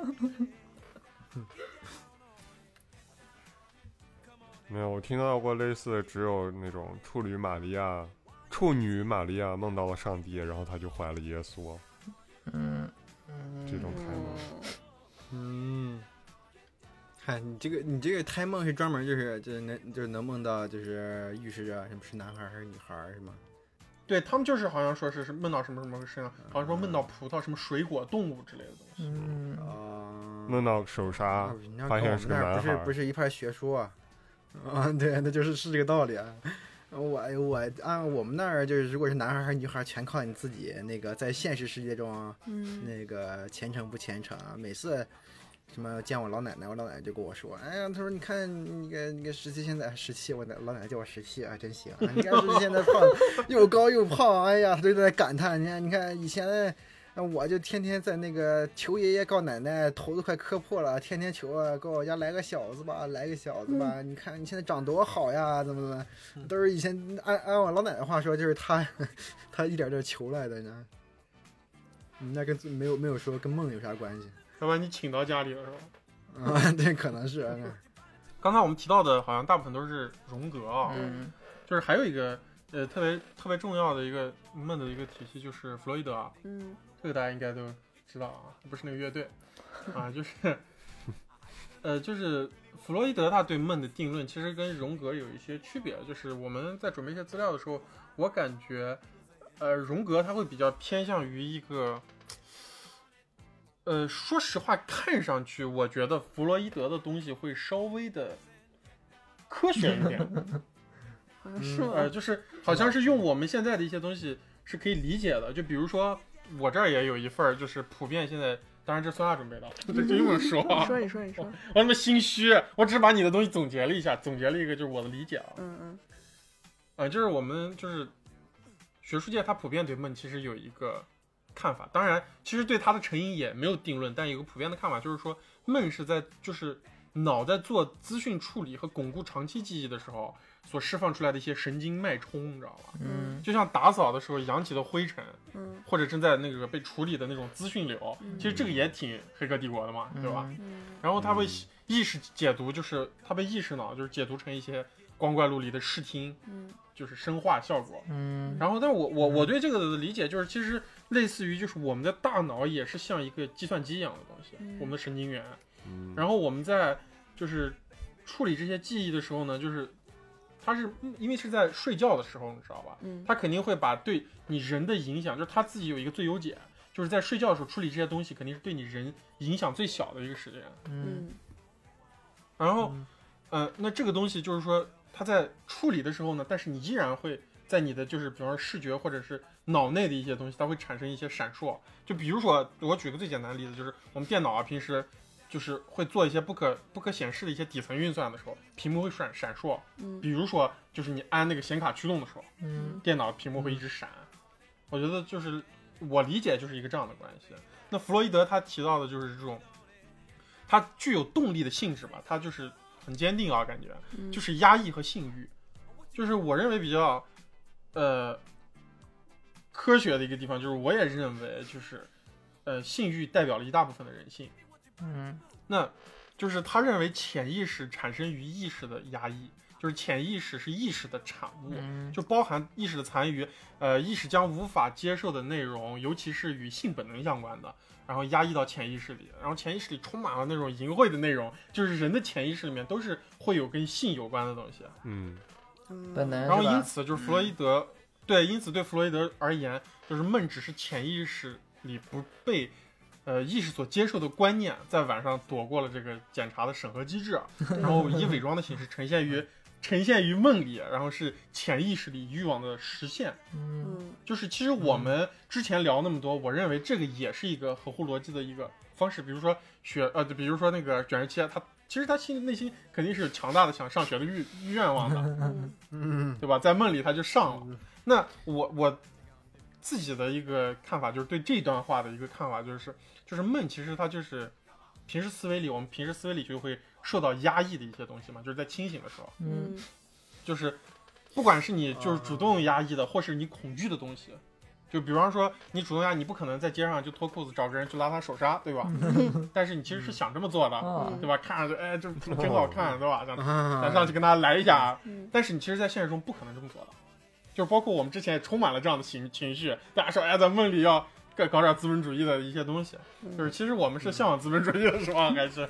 没有，我听到过类似的，只有那种处女玛利亚梦到了上帝，然后她就怀了耶稣。这种胎梦。 嗨，你这个胎梦是专门就是能梦到，就是预示着什么是男孩还是女孩是吗？ 对，他们就是好像说是梦到什么什么身上，好像说梦到葡萄什么水果动物之类的东西。 梦到手刹，发现是个男孩， 不是一派学说啊。对，那是这个道理啊。我按我们那儿就是，如果是男孩还是女孩，全靠你自己那个在现实世界中，那个虔诚不虔诚啊。每次什么见我老奶奶，我老奶奶就跟我说，哎呀，她说你看那个17现在17，我老奶奶叫我17啊，真行啊。你看17现在胖，又高又胖，哎呀，她就在感叹，你看以前。我就天天在那个求爷爷告奶奶，头都快磕破了，天天求啊，给我家来个小子吧，你看你现在长多好呀，怎么都是以前按我老奶奶话说，就是他一点点求来的呢。那跟没有说跟梦有啥关系？ 要不然你请到家里了是吧？对，可能是。 刚才我们提到的，好像大部分都是荣格啊，就是还有一个特别重要的一个梦的一个体系，就是弗洛伊德啊，这个大家应该都知道啊，不是那个乐队啊，就是弗洛伊德他对梦的定论其实跟荣格有一些区别，就是我们在准备一些资料的时候，我感觉荣格他会比较偏向于一个说实话看上去我觉得弗洛伊德的东西会稍微的科学一点是吗？ 就是好像是用我们现在的一些东西是可以理解的，就比如说我这儿也有一份，就是普遍现在，当然这酸辣准备的，这就用说啊。 你说， 我那么心虚，我只是把你的东西总结了一下，总结了一个就是我的理解啊。就是我们就是学术界，它普遍对梦其实有一个看法，当然其实对它的成因也没有定论，但有个普遍的看法就是说，梦是在就是脑在做资讯处理和巩固长期记忆的时候所释放出来的一些神经脉冲，你知道吧？就像打扫的时候扬起的灰尘，或者正在那个被处理的那种资讯流，其实这个也挺黑客帝国的嘛，对吧？然后它被意识解读，就是它被意识脑就是解读成一些光怪陆离的视听，就是声化效果，然后但我对这个的理解就是，其实类似于就是我们的大脑也是像一个计算机一样的东西，我们的神经元，然后我们在就是处理这些记忆的时候呢，就是他是因为是在睡觉的时候，你知道吧？他肯定会把对你人的影响，就是他自己有一个最优解，就是在睡觉的时候处理这些东西，肯定是对你人影响最小的一个时间。然后，那这个东西就是说，他在处理的时候呢，但是你依然会在你的就是比方说视觉或者是脑内的一些东西，它会产生一些闪烁。就比如说，我举个最简单的例子，就是我们电脑啊，平时就是会做一些不可显示的一些底层运算的时候，屏幕会闪烁。比如说就是你按那个显卡驱动的时候，电脑屏幕会一直闪。我觉得就是我理解就是一个这样的关系。那弗洛伊德他提到的就是这种，它具有动力的性质吧，它就是很坚定啊，感觉就是压抑和性欲，就是我认为比较科学的一个地方，就是我也认为就是性欲代表了一大部分的人性。那就是他认为潜意识产生于意识的压抑，就是潜意识是意识的产物，就包含意识的残余，意识将无法接受的内容，尤其是与性本能相关的，然后压抑到潜意识里，然后潜意识里充满了那种淫秽的内容，就是人的潜意识里面都是会有跟性有关的东西。 本能。 然后因此就是弗洛伊德，对，因此对弗洛伊德而言，就是梦只是潜意识里不被意识所接受的观念，在晚上躲过了这个检查的审核机制，然后以伪装的形式呈现于梦里，然后是潜意识里欲望的实现。就是其实我们之前聊那么多，我认为这个也是一个合乎逻辑的一个方式。比如说比如说那个卷十七，他其实他内心肯定是有强大的想上学的愿望的，对吧？在梦里他就上了。那我自己的一个看法就是对这段话的一个看法就是梦其实它就是我们平时思维里就会受到压抑的一些东西嘛，就是在清醒的时候，就是不管是你就是主动压抑的，或是你恐惧的东西，就比方说你主动压抑，你不可能在街上就脱裤子找个人去拉他手刹，对吧？但是你其实是想这么做的，对吧？看着哎，这真好看，对吧？想上去跟他来一下，但是你其实，在现实中不可能这么做的。就是包括我们之前也充满了这样的情绪，大家说哎，在梦里要搞点资本主义的一些东西，就是其实我们是向往资本主义的，是吧？还是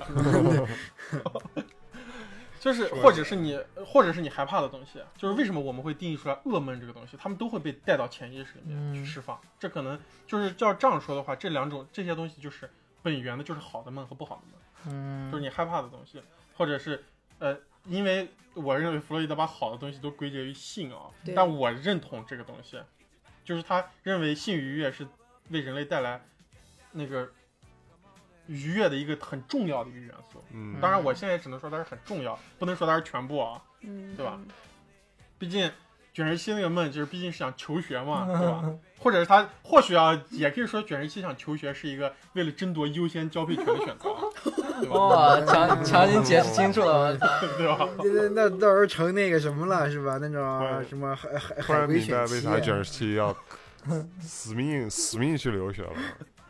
就是或者是你害怕的东西，就是为什么我们会定义出来噩梦这个东西，他们都会被带到潜意识里面去释放。这可能就是要这样说的话，这些东西就是本源的，就是好的梦和不好的梦。就是你害怕的东西，或者是因为我认为弗洛伊德把好的东西都归结于性啊，但我认同这个东西，就是他认为性愉悦是为人类带来那个愉悦的一个很重要的一个元素。当然我现在也只能说它是很重要，不能说它是全部啊，对吧？毕竟卷十七那个梦就是毕竟是想求学嘛，对吧？或者是他或许也可以说卷十七想求学是一个为了争夺优先交配权的选择，对吧？ 哇，强行解释清楚了， 对吧？ 那到时候成那个什么了，是吧？那种什么突然明白为啥卷十七要死命去留学了。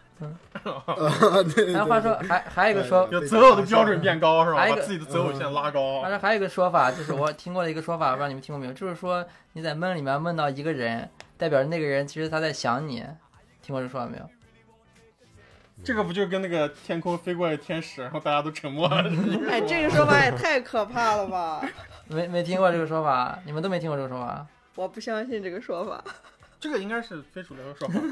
然后话说还有一个说， 就择偶的标准变高是吧？把自己的择偶线拉高。 还有一个说法，就是我听过的一个说法，不知道你们听过没有？就是说你在梦里面梦到一个人，代表那个人其实他在想你，听过这说法没有？ 这个不就跟那个天空飞过来的天使，然后大家都沉默了？ 哎，这个说法也太可怕了吧！ 没听过这个说法，你们都没听过这个说法？ 我不相信这个说法。 这个应该是非主流的说法。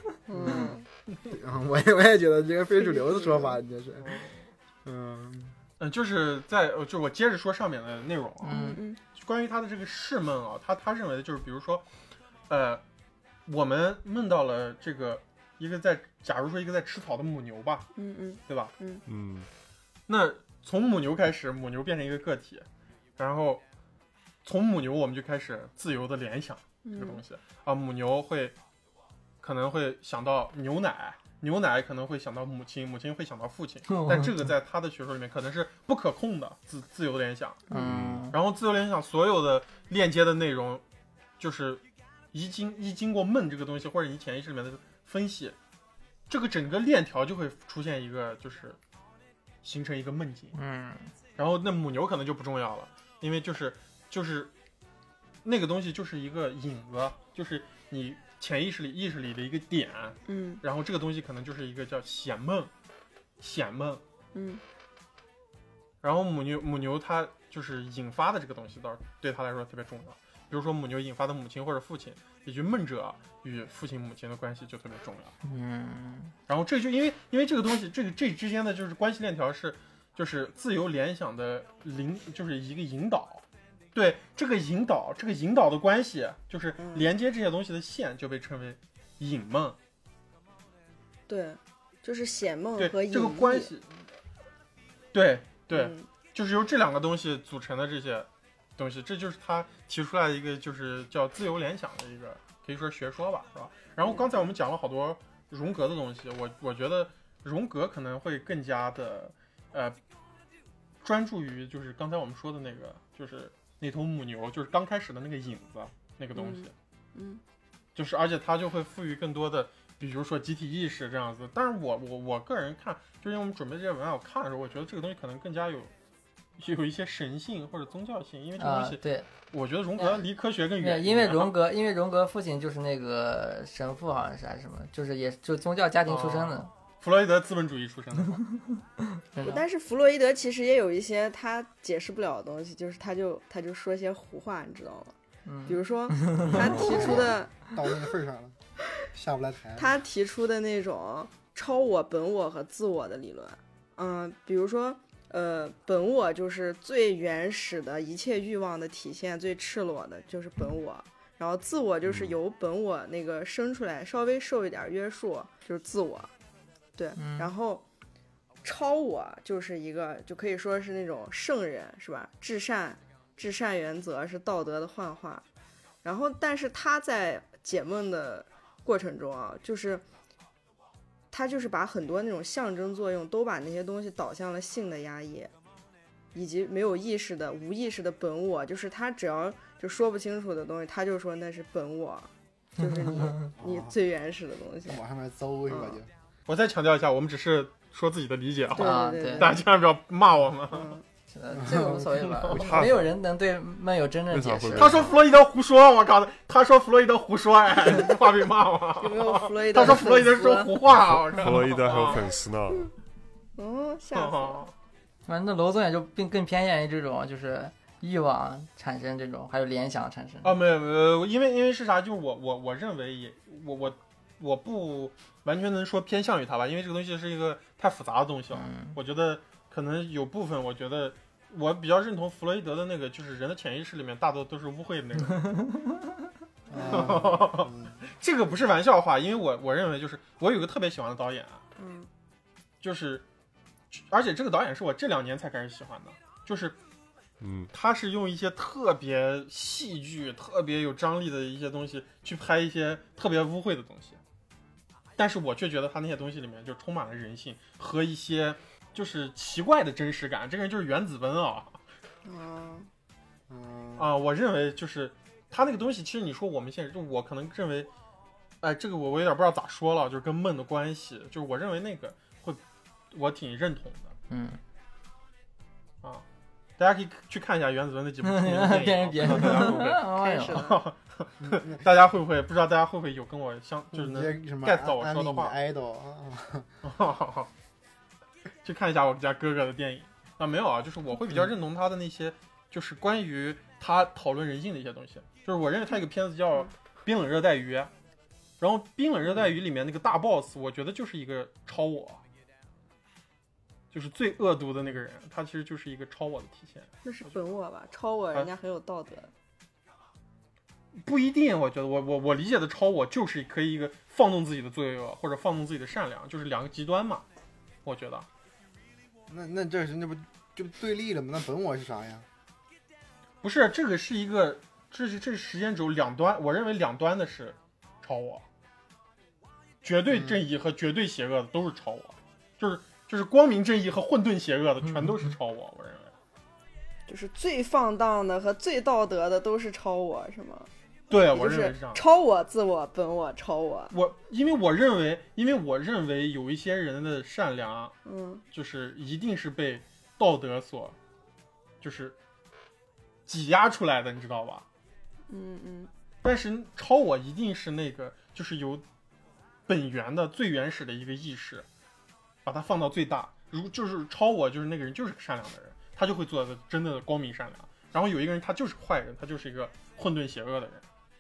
我也觉得这个非主流的说法，就是， 就是就我接着说上面的内容啊，关于他的这个释梦啊，他认为的就是，比如说，我们梦到了这个假如说一个在吃草的母牛吧，对吧？那从母牛开始，母牛变成一个个体，然后从母牛我们就开始自由的联想这个东西啊，母牛可能会想到牛奶可能会想到母亲会想到父亲，但这个在他的学说里面可能是不可控的自由的联想。然后自由联想所有的链接的内容，就是一经过梦这个东西或者你潜意识里面的分析，这个整个链条就会出现一个就是形成一个梦境。然后那母牛可能就不重要了，因为就是那个东西就是一个影子，就是你潜意识里的一个点，然后这个东西可能就是一个叫显梦，然后母牛它就是引发的这个东西，倒是对他来说特别重要。比如说母牛引发的母亲或者父亲，也就梦者与父亲母亲的关系就特别重要。然后这就因为这个东西，这之间的就是关系链条就是自由联想的就是一个引导。对，这个引导的关系，就是连接这些东西的线，就被称为引梦。 对，就是显梦和隐这个关系。对，就是由这两个东西组成的这些东西，这就是他提出来的一个就是叫自由联想的一个可以说学说吧，是吧？然后刚才我们讲了好多荣格的东西，我觉得荣格可能会更加的专注于就是刚才我们说的那个就是那头母牛，就是刚开始的那个影子那个东西，就是而且它就会赋予更多的，比如说集体意识这样子。但是我个人看，就是因为我们准备这些文案，我看的时候，我觉得这个东西可能更加有一些神性或者宗教性，因为这个东西， 对， 我觉得荣格离科学更远。 因为荣格父亲就是那个神父，好像是还是什么，就宗教家庭出身的。 弗洛伊德资本主义出身的。 但是弗洛伊德其实也有一些他解释不了的东西，就是他就说一些胡话，你知道吗？比如说他提出的到那个份上了，下不来台。 他提出的那种超我、本我和自我的理论。比如说本我就是最原始的一切欲望的体现，最赤裸的就是本我。然后自我就是由本我那个生出来，稍微受一点约束，就是自我。对，然后超我就是一个，就可以说是那种圣人，是吧？至善原则是道德的幻化。然后，但是他在解梦的过程中啊，就是他就是把很多那种象征作用都把那些东西导向了性的压抑，以及没有意识的、无意识的本我，就是他只要就说不清楚的东西，他就说那是本我，就是你最原始的东西。 往上面搜是吧？就我再强调一下，我们只是说自己的理解啊， 对， 大家千万不要骂我们。 这个无所谓吧，没有人能对梦有真正解释。 他说弗洛伊德胡说，我靠！他说弗洛伊德胡说，哎，这话被骂吗？ 有没有弗洛伊德？ 他说弗洛伊德说胡话， 弗洛伊德还有粉丝呢。 吓死了！ 反正娄宗远就更偏向于这种，就是欲望产生这种，还有联想产生。 没有，因为是啥？就是我认为也我不完全能说偏向于他吧，因为这个东西是一个太复杂的东西了。我觉得可能有部分，我觉得我比较认同弗洛伊德的那个，就是人的潜意识里面大多都是污秽的那个。这个不是玩笑话，因为我认为就是我有个特别喜欢的导演，就是而且这个导演是我这2年才开始喜欢的，就是他是用一些特别戏剧、特别有张力的一些东西去拍一些特别污秽的东西，但是我却觉得他那些东西里面就充满了人性和一些就是奇怪的真实感。这个人就是原子温啊。我认为就是他那个东西，其实你说我们现在就我可能认为，这个我有点不知道咋说了，就是跟梦的关系，就是我认为那个我挺认同的。大家可以去看一下原子温的几部电影。大家会不会不知道？大家会不会有跟我就是能 get 到我说的话？去看一下我家哥哥的电影。没有啊，就是我会比较认同他的那些，就是关于他讨论人性的一些东西。就是我认为他有个片子叫《冰冷热带鱼》，然后《冰冷热带鱼》里面那个大 boss， 我觉得就是一个超我。就是最恶毒的那个人，他其实就是一个超我的体现。 那是本我吧？超我人家很有道德。 不一定，我觉得我理解的超我就是可以一个放纵自己的罪恶，或者放纵自己的善良，就是2个极端嘛。我觉得。 那那不就对立了吗？那本我是啥呀？ 不是，这个是一个，这是时间轴2端，我认为2端的是超我，绝对正义和绝对邪恶的都是超我，就是光明正义和混沌邪恶的全都是超我，我认为。 就是最放荡的和最道德的都是超我，是吗？ 对，我认为是这样。 超我、自我、本我、超我。 因为我认为有一些人的善良，就是一定是被道德所，就是挤压出来的，你知道吧？但是超我一定是那个，就是由本源的最原始的一个意识，把它放到最大。就是超我，就是那个人就是个善良的人，他就会做的真的光明善良。然后有一个人他就是坏人，他就是一个混沌邪恶的人。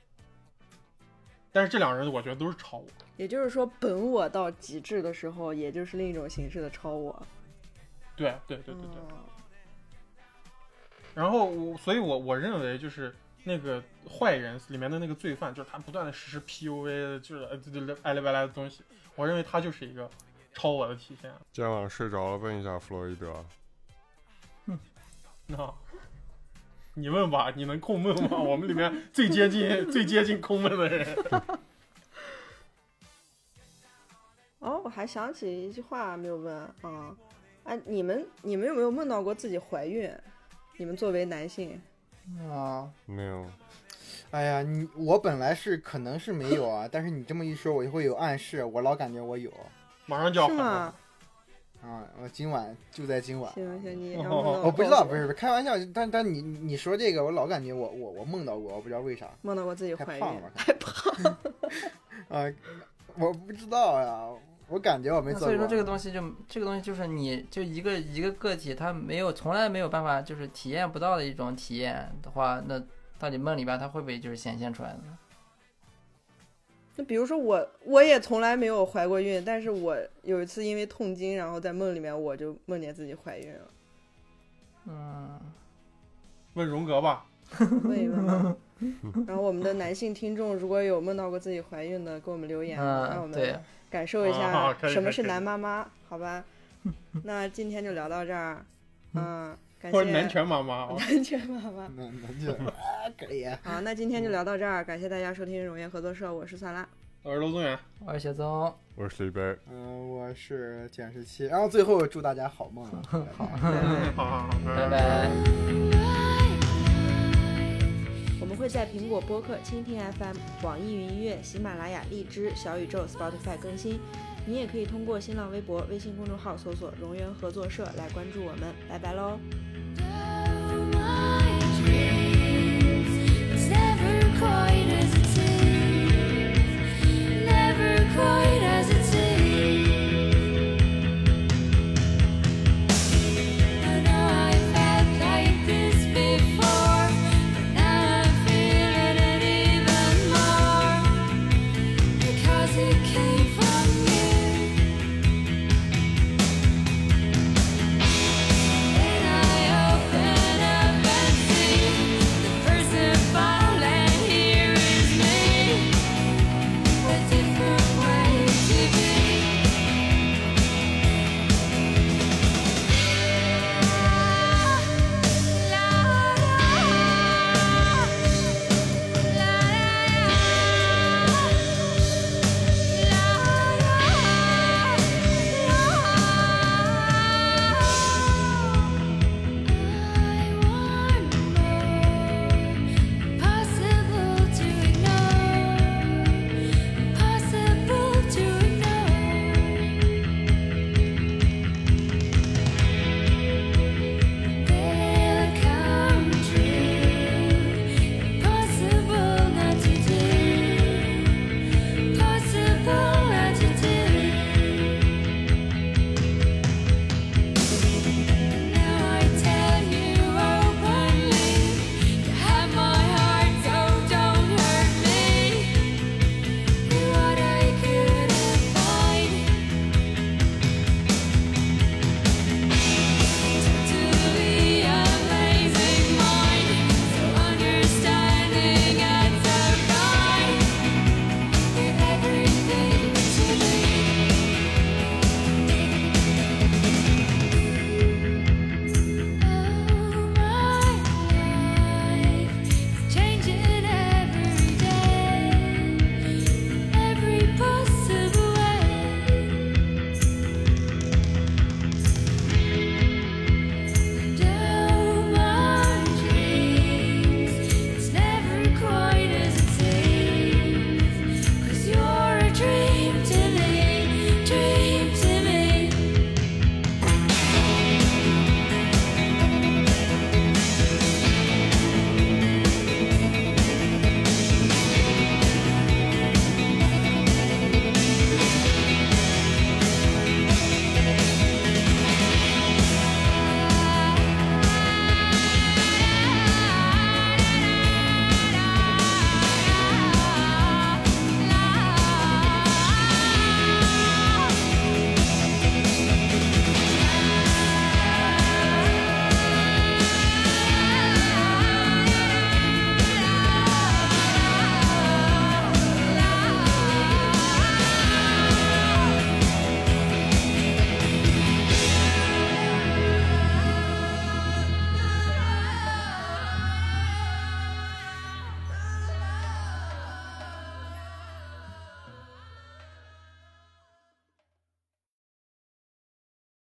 但是这2人我觉得都是超我。 也就是说，本我到极致的时候，也就是另一种形式的超我。 对。然后所以我认为就是那个坏人里面的那个罪犯，就是他不断的实施 PUA， 就是爱来白来的东西。我认为他就是一个超我的体现。 今天晚上睡着了，问一下弗洛伊德。 你问吧，你能控梦吗？我们里面最接近控梦的人。 我还想起一句话没有问啊，你们有没有梦到过自己怀孕？你们作为男性没有。 哎呀，我本来是可能是没有啊，但是你这么一说，我就会有暗示，我老感觉我有。 马上就要是吗？ 我今晚就在今晚。 行，你我不知道，不是开玩笑，但你说这个，我老感觉我梦到过，我不知道为啥。 梦到过自己怀孕， 太胖了。我不知道呀，我感觉我没做过。 所以说这个东西就是你就一个个体，他从来没有办法就是体验不到的一种体验的话，那到底梦里边他会不会就是显现出来的呢？ 那比如说我也从来没有怀过孕，但是我有一次因为痛经，然后在梦里面我就梦见自己怀孕了。 问荣格吧。 问一问吧。然后我们的男性听众如果有梦到过自己怀孕的，给我们留言，让我们感受一下什么是男妈妈，好吧？那今天就聊到这儿。感谢男权妈妈， 男权妈妈， 男权可以。 好，那今天就聊到这儿，感谢大家收听荣源合作社，我是萨拉， 我是娄宗远， 我是雪宗， 我是水杯， 我是简世期，然后最后祝大家好梦。 好， 拜拜。 我们会在苹果播客、蜻蜓 FM、网易云音乐、喜马拉雅、荔枝、小宇宙、Spotify 更新。你也可以通过新浪微博、微信公众号搜索“荣源合作社”来关注我们。拜拜喽。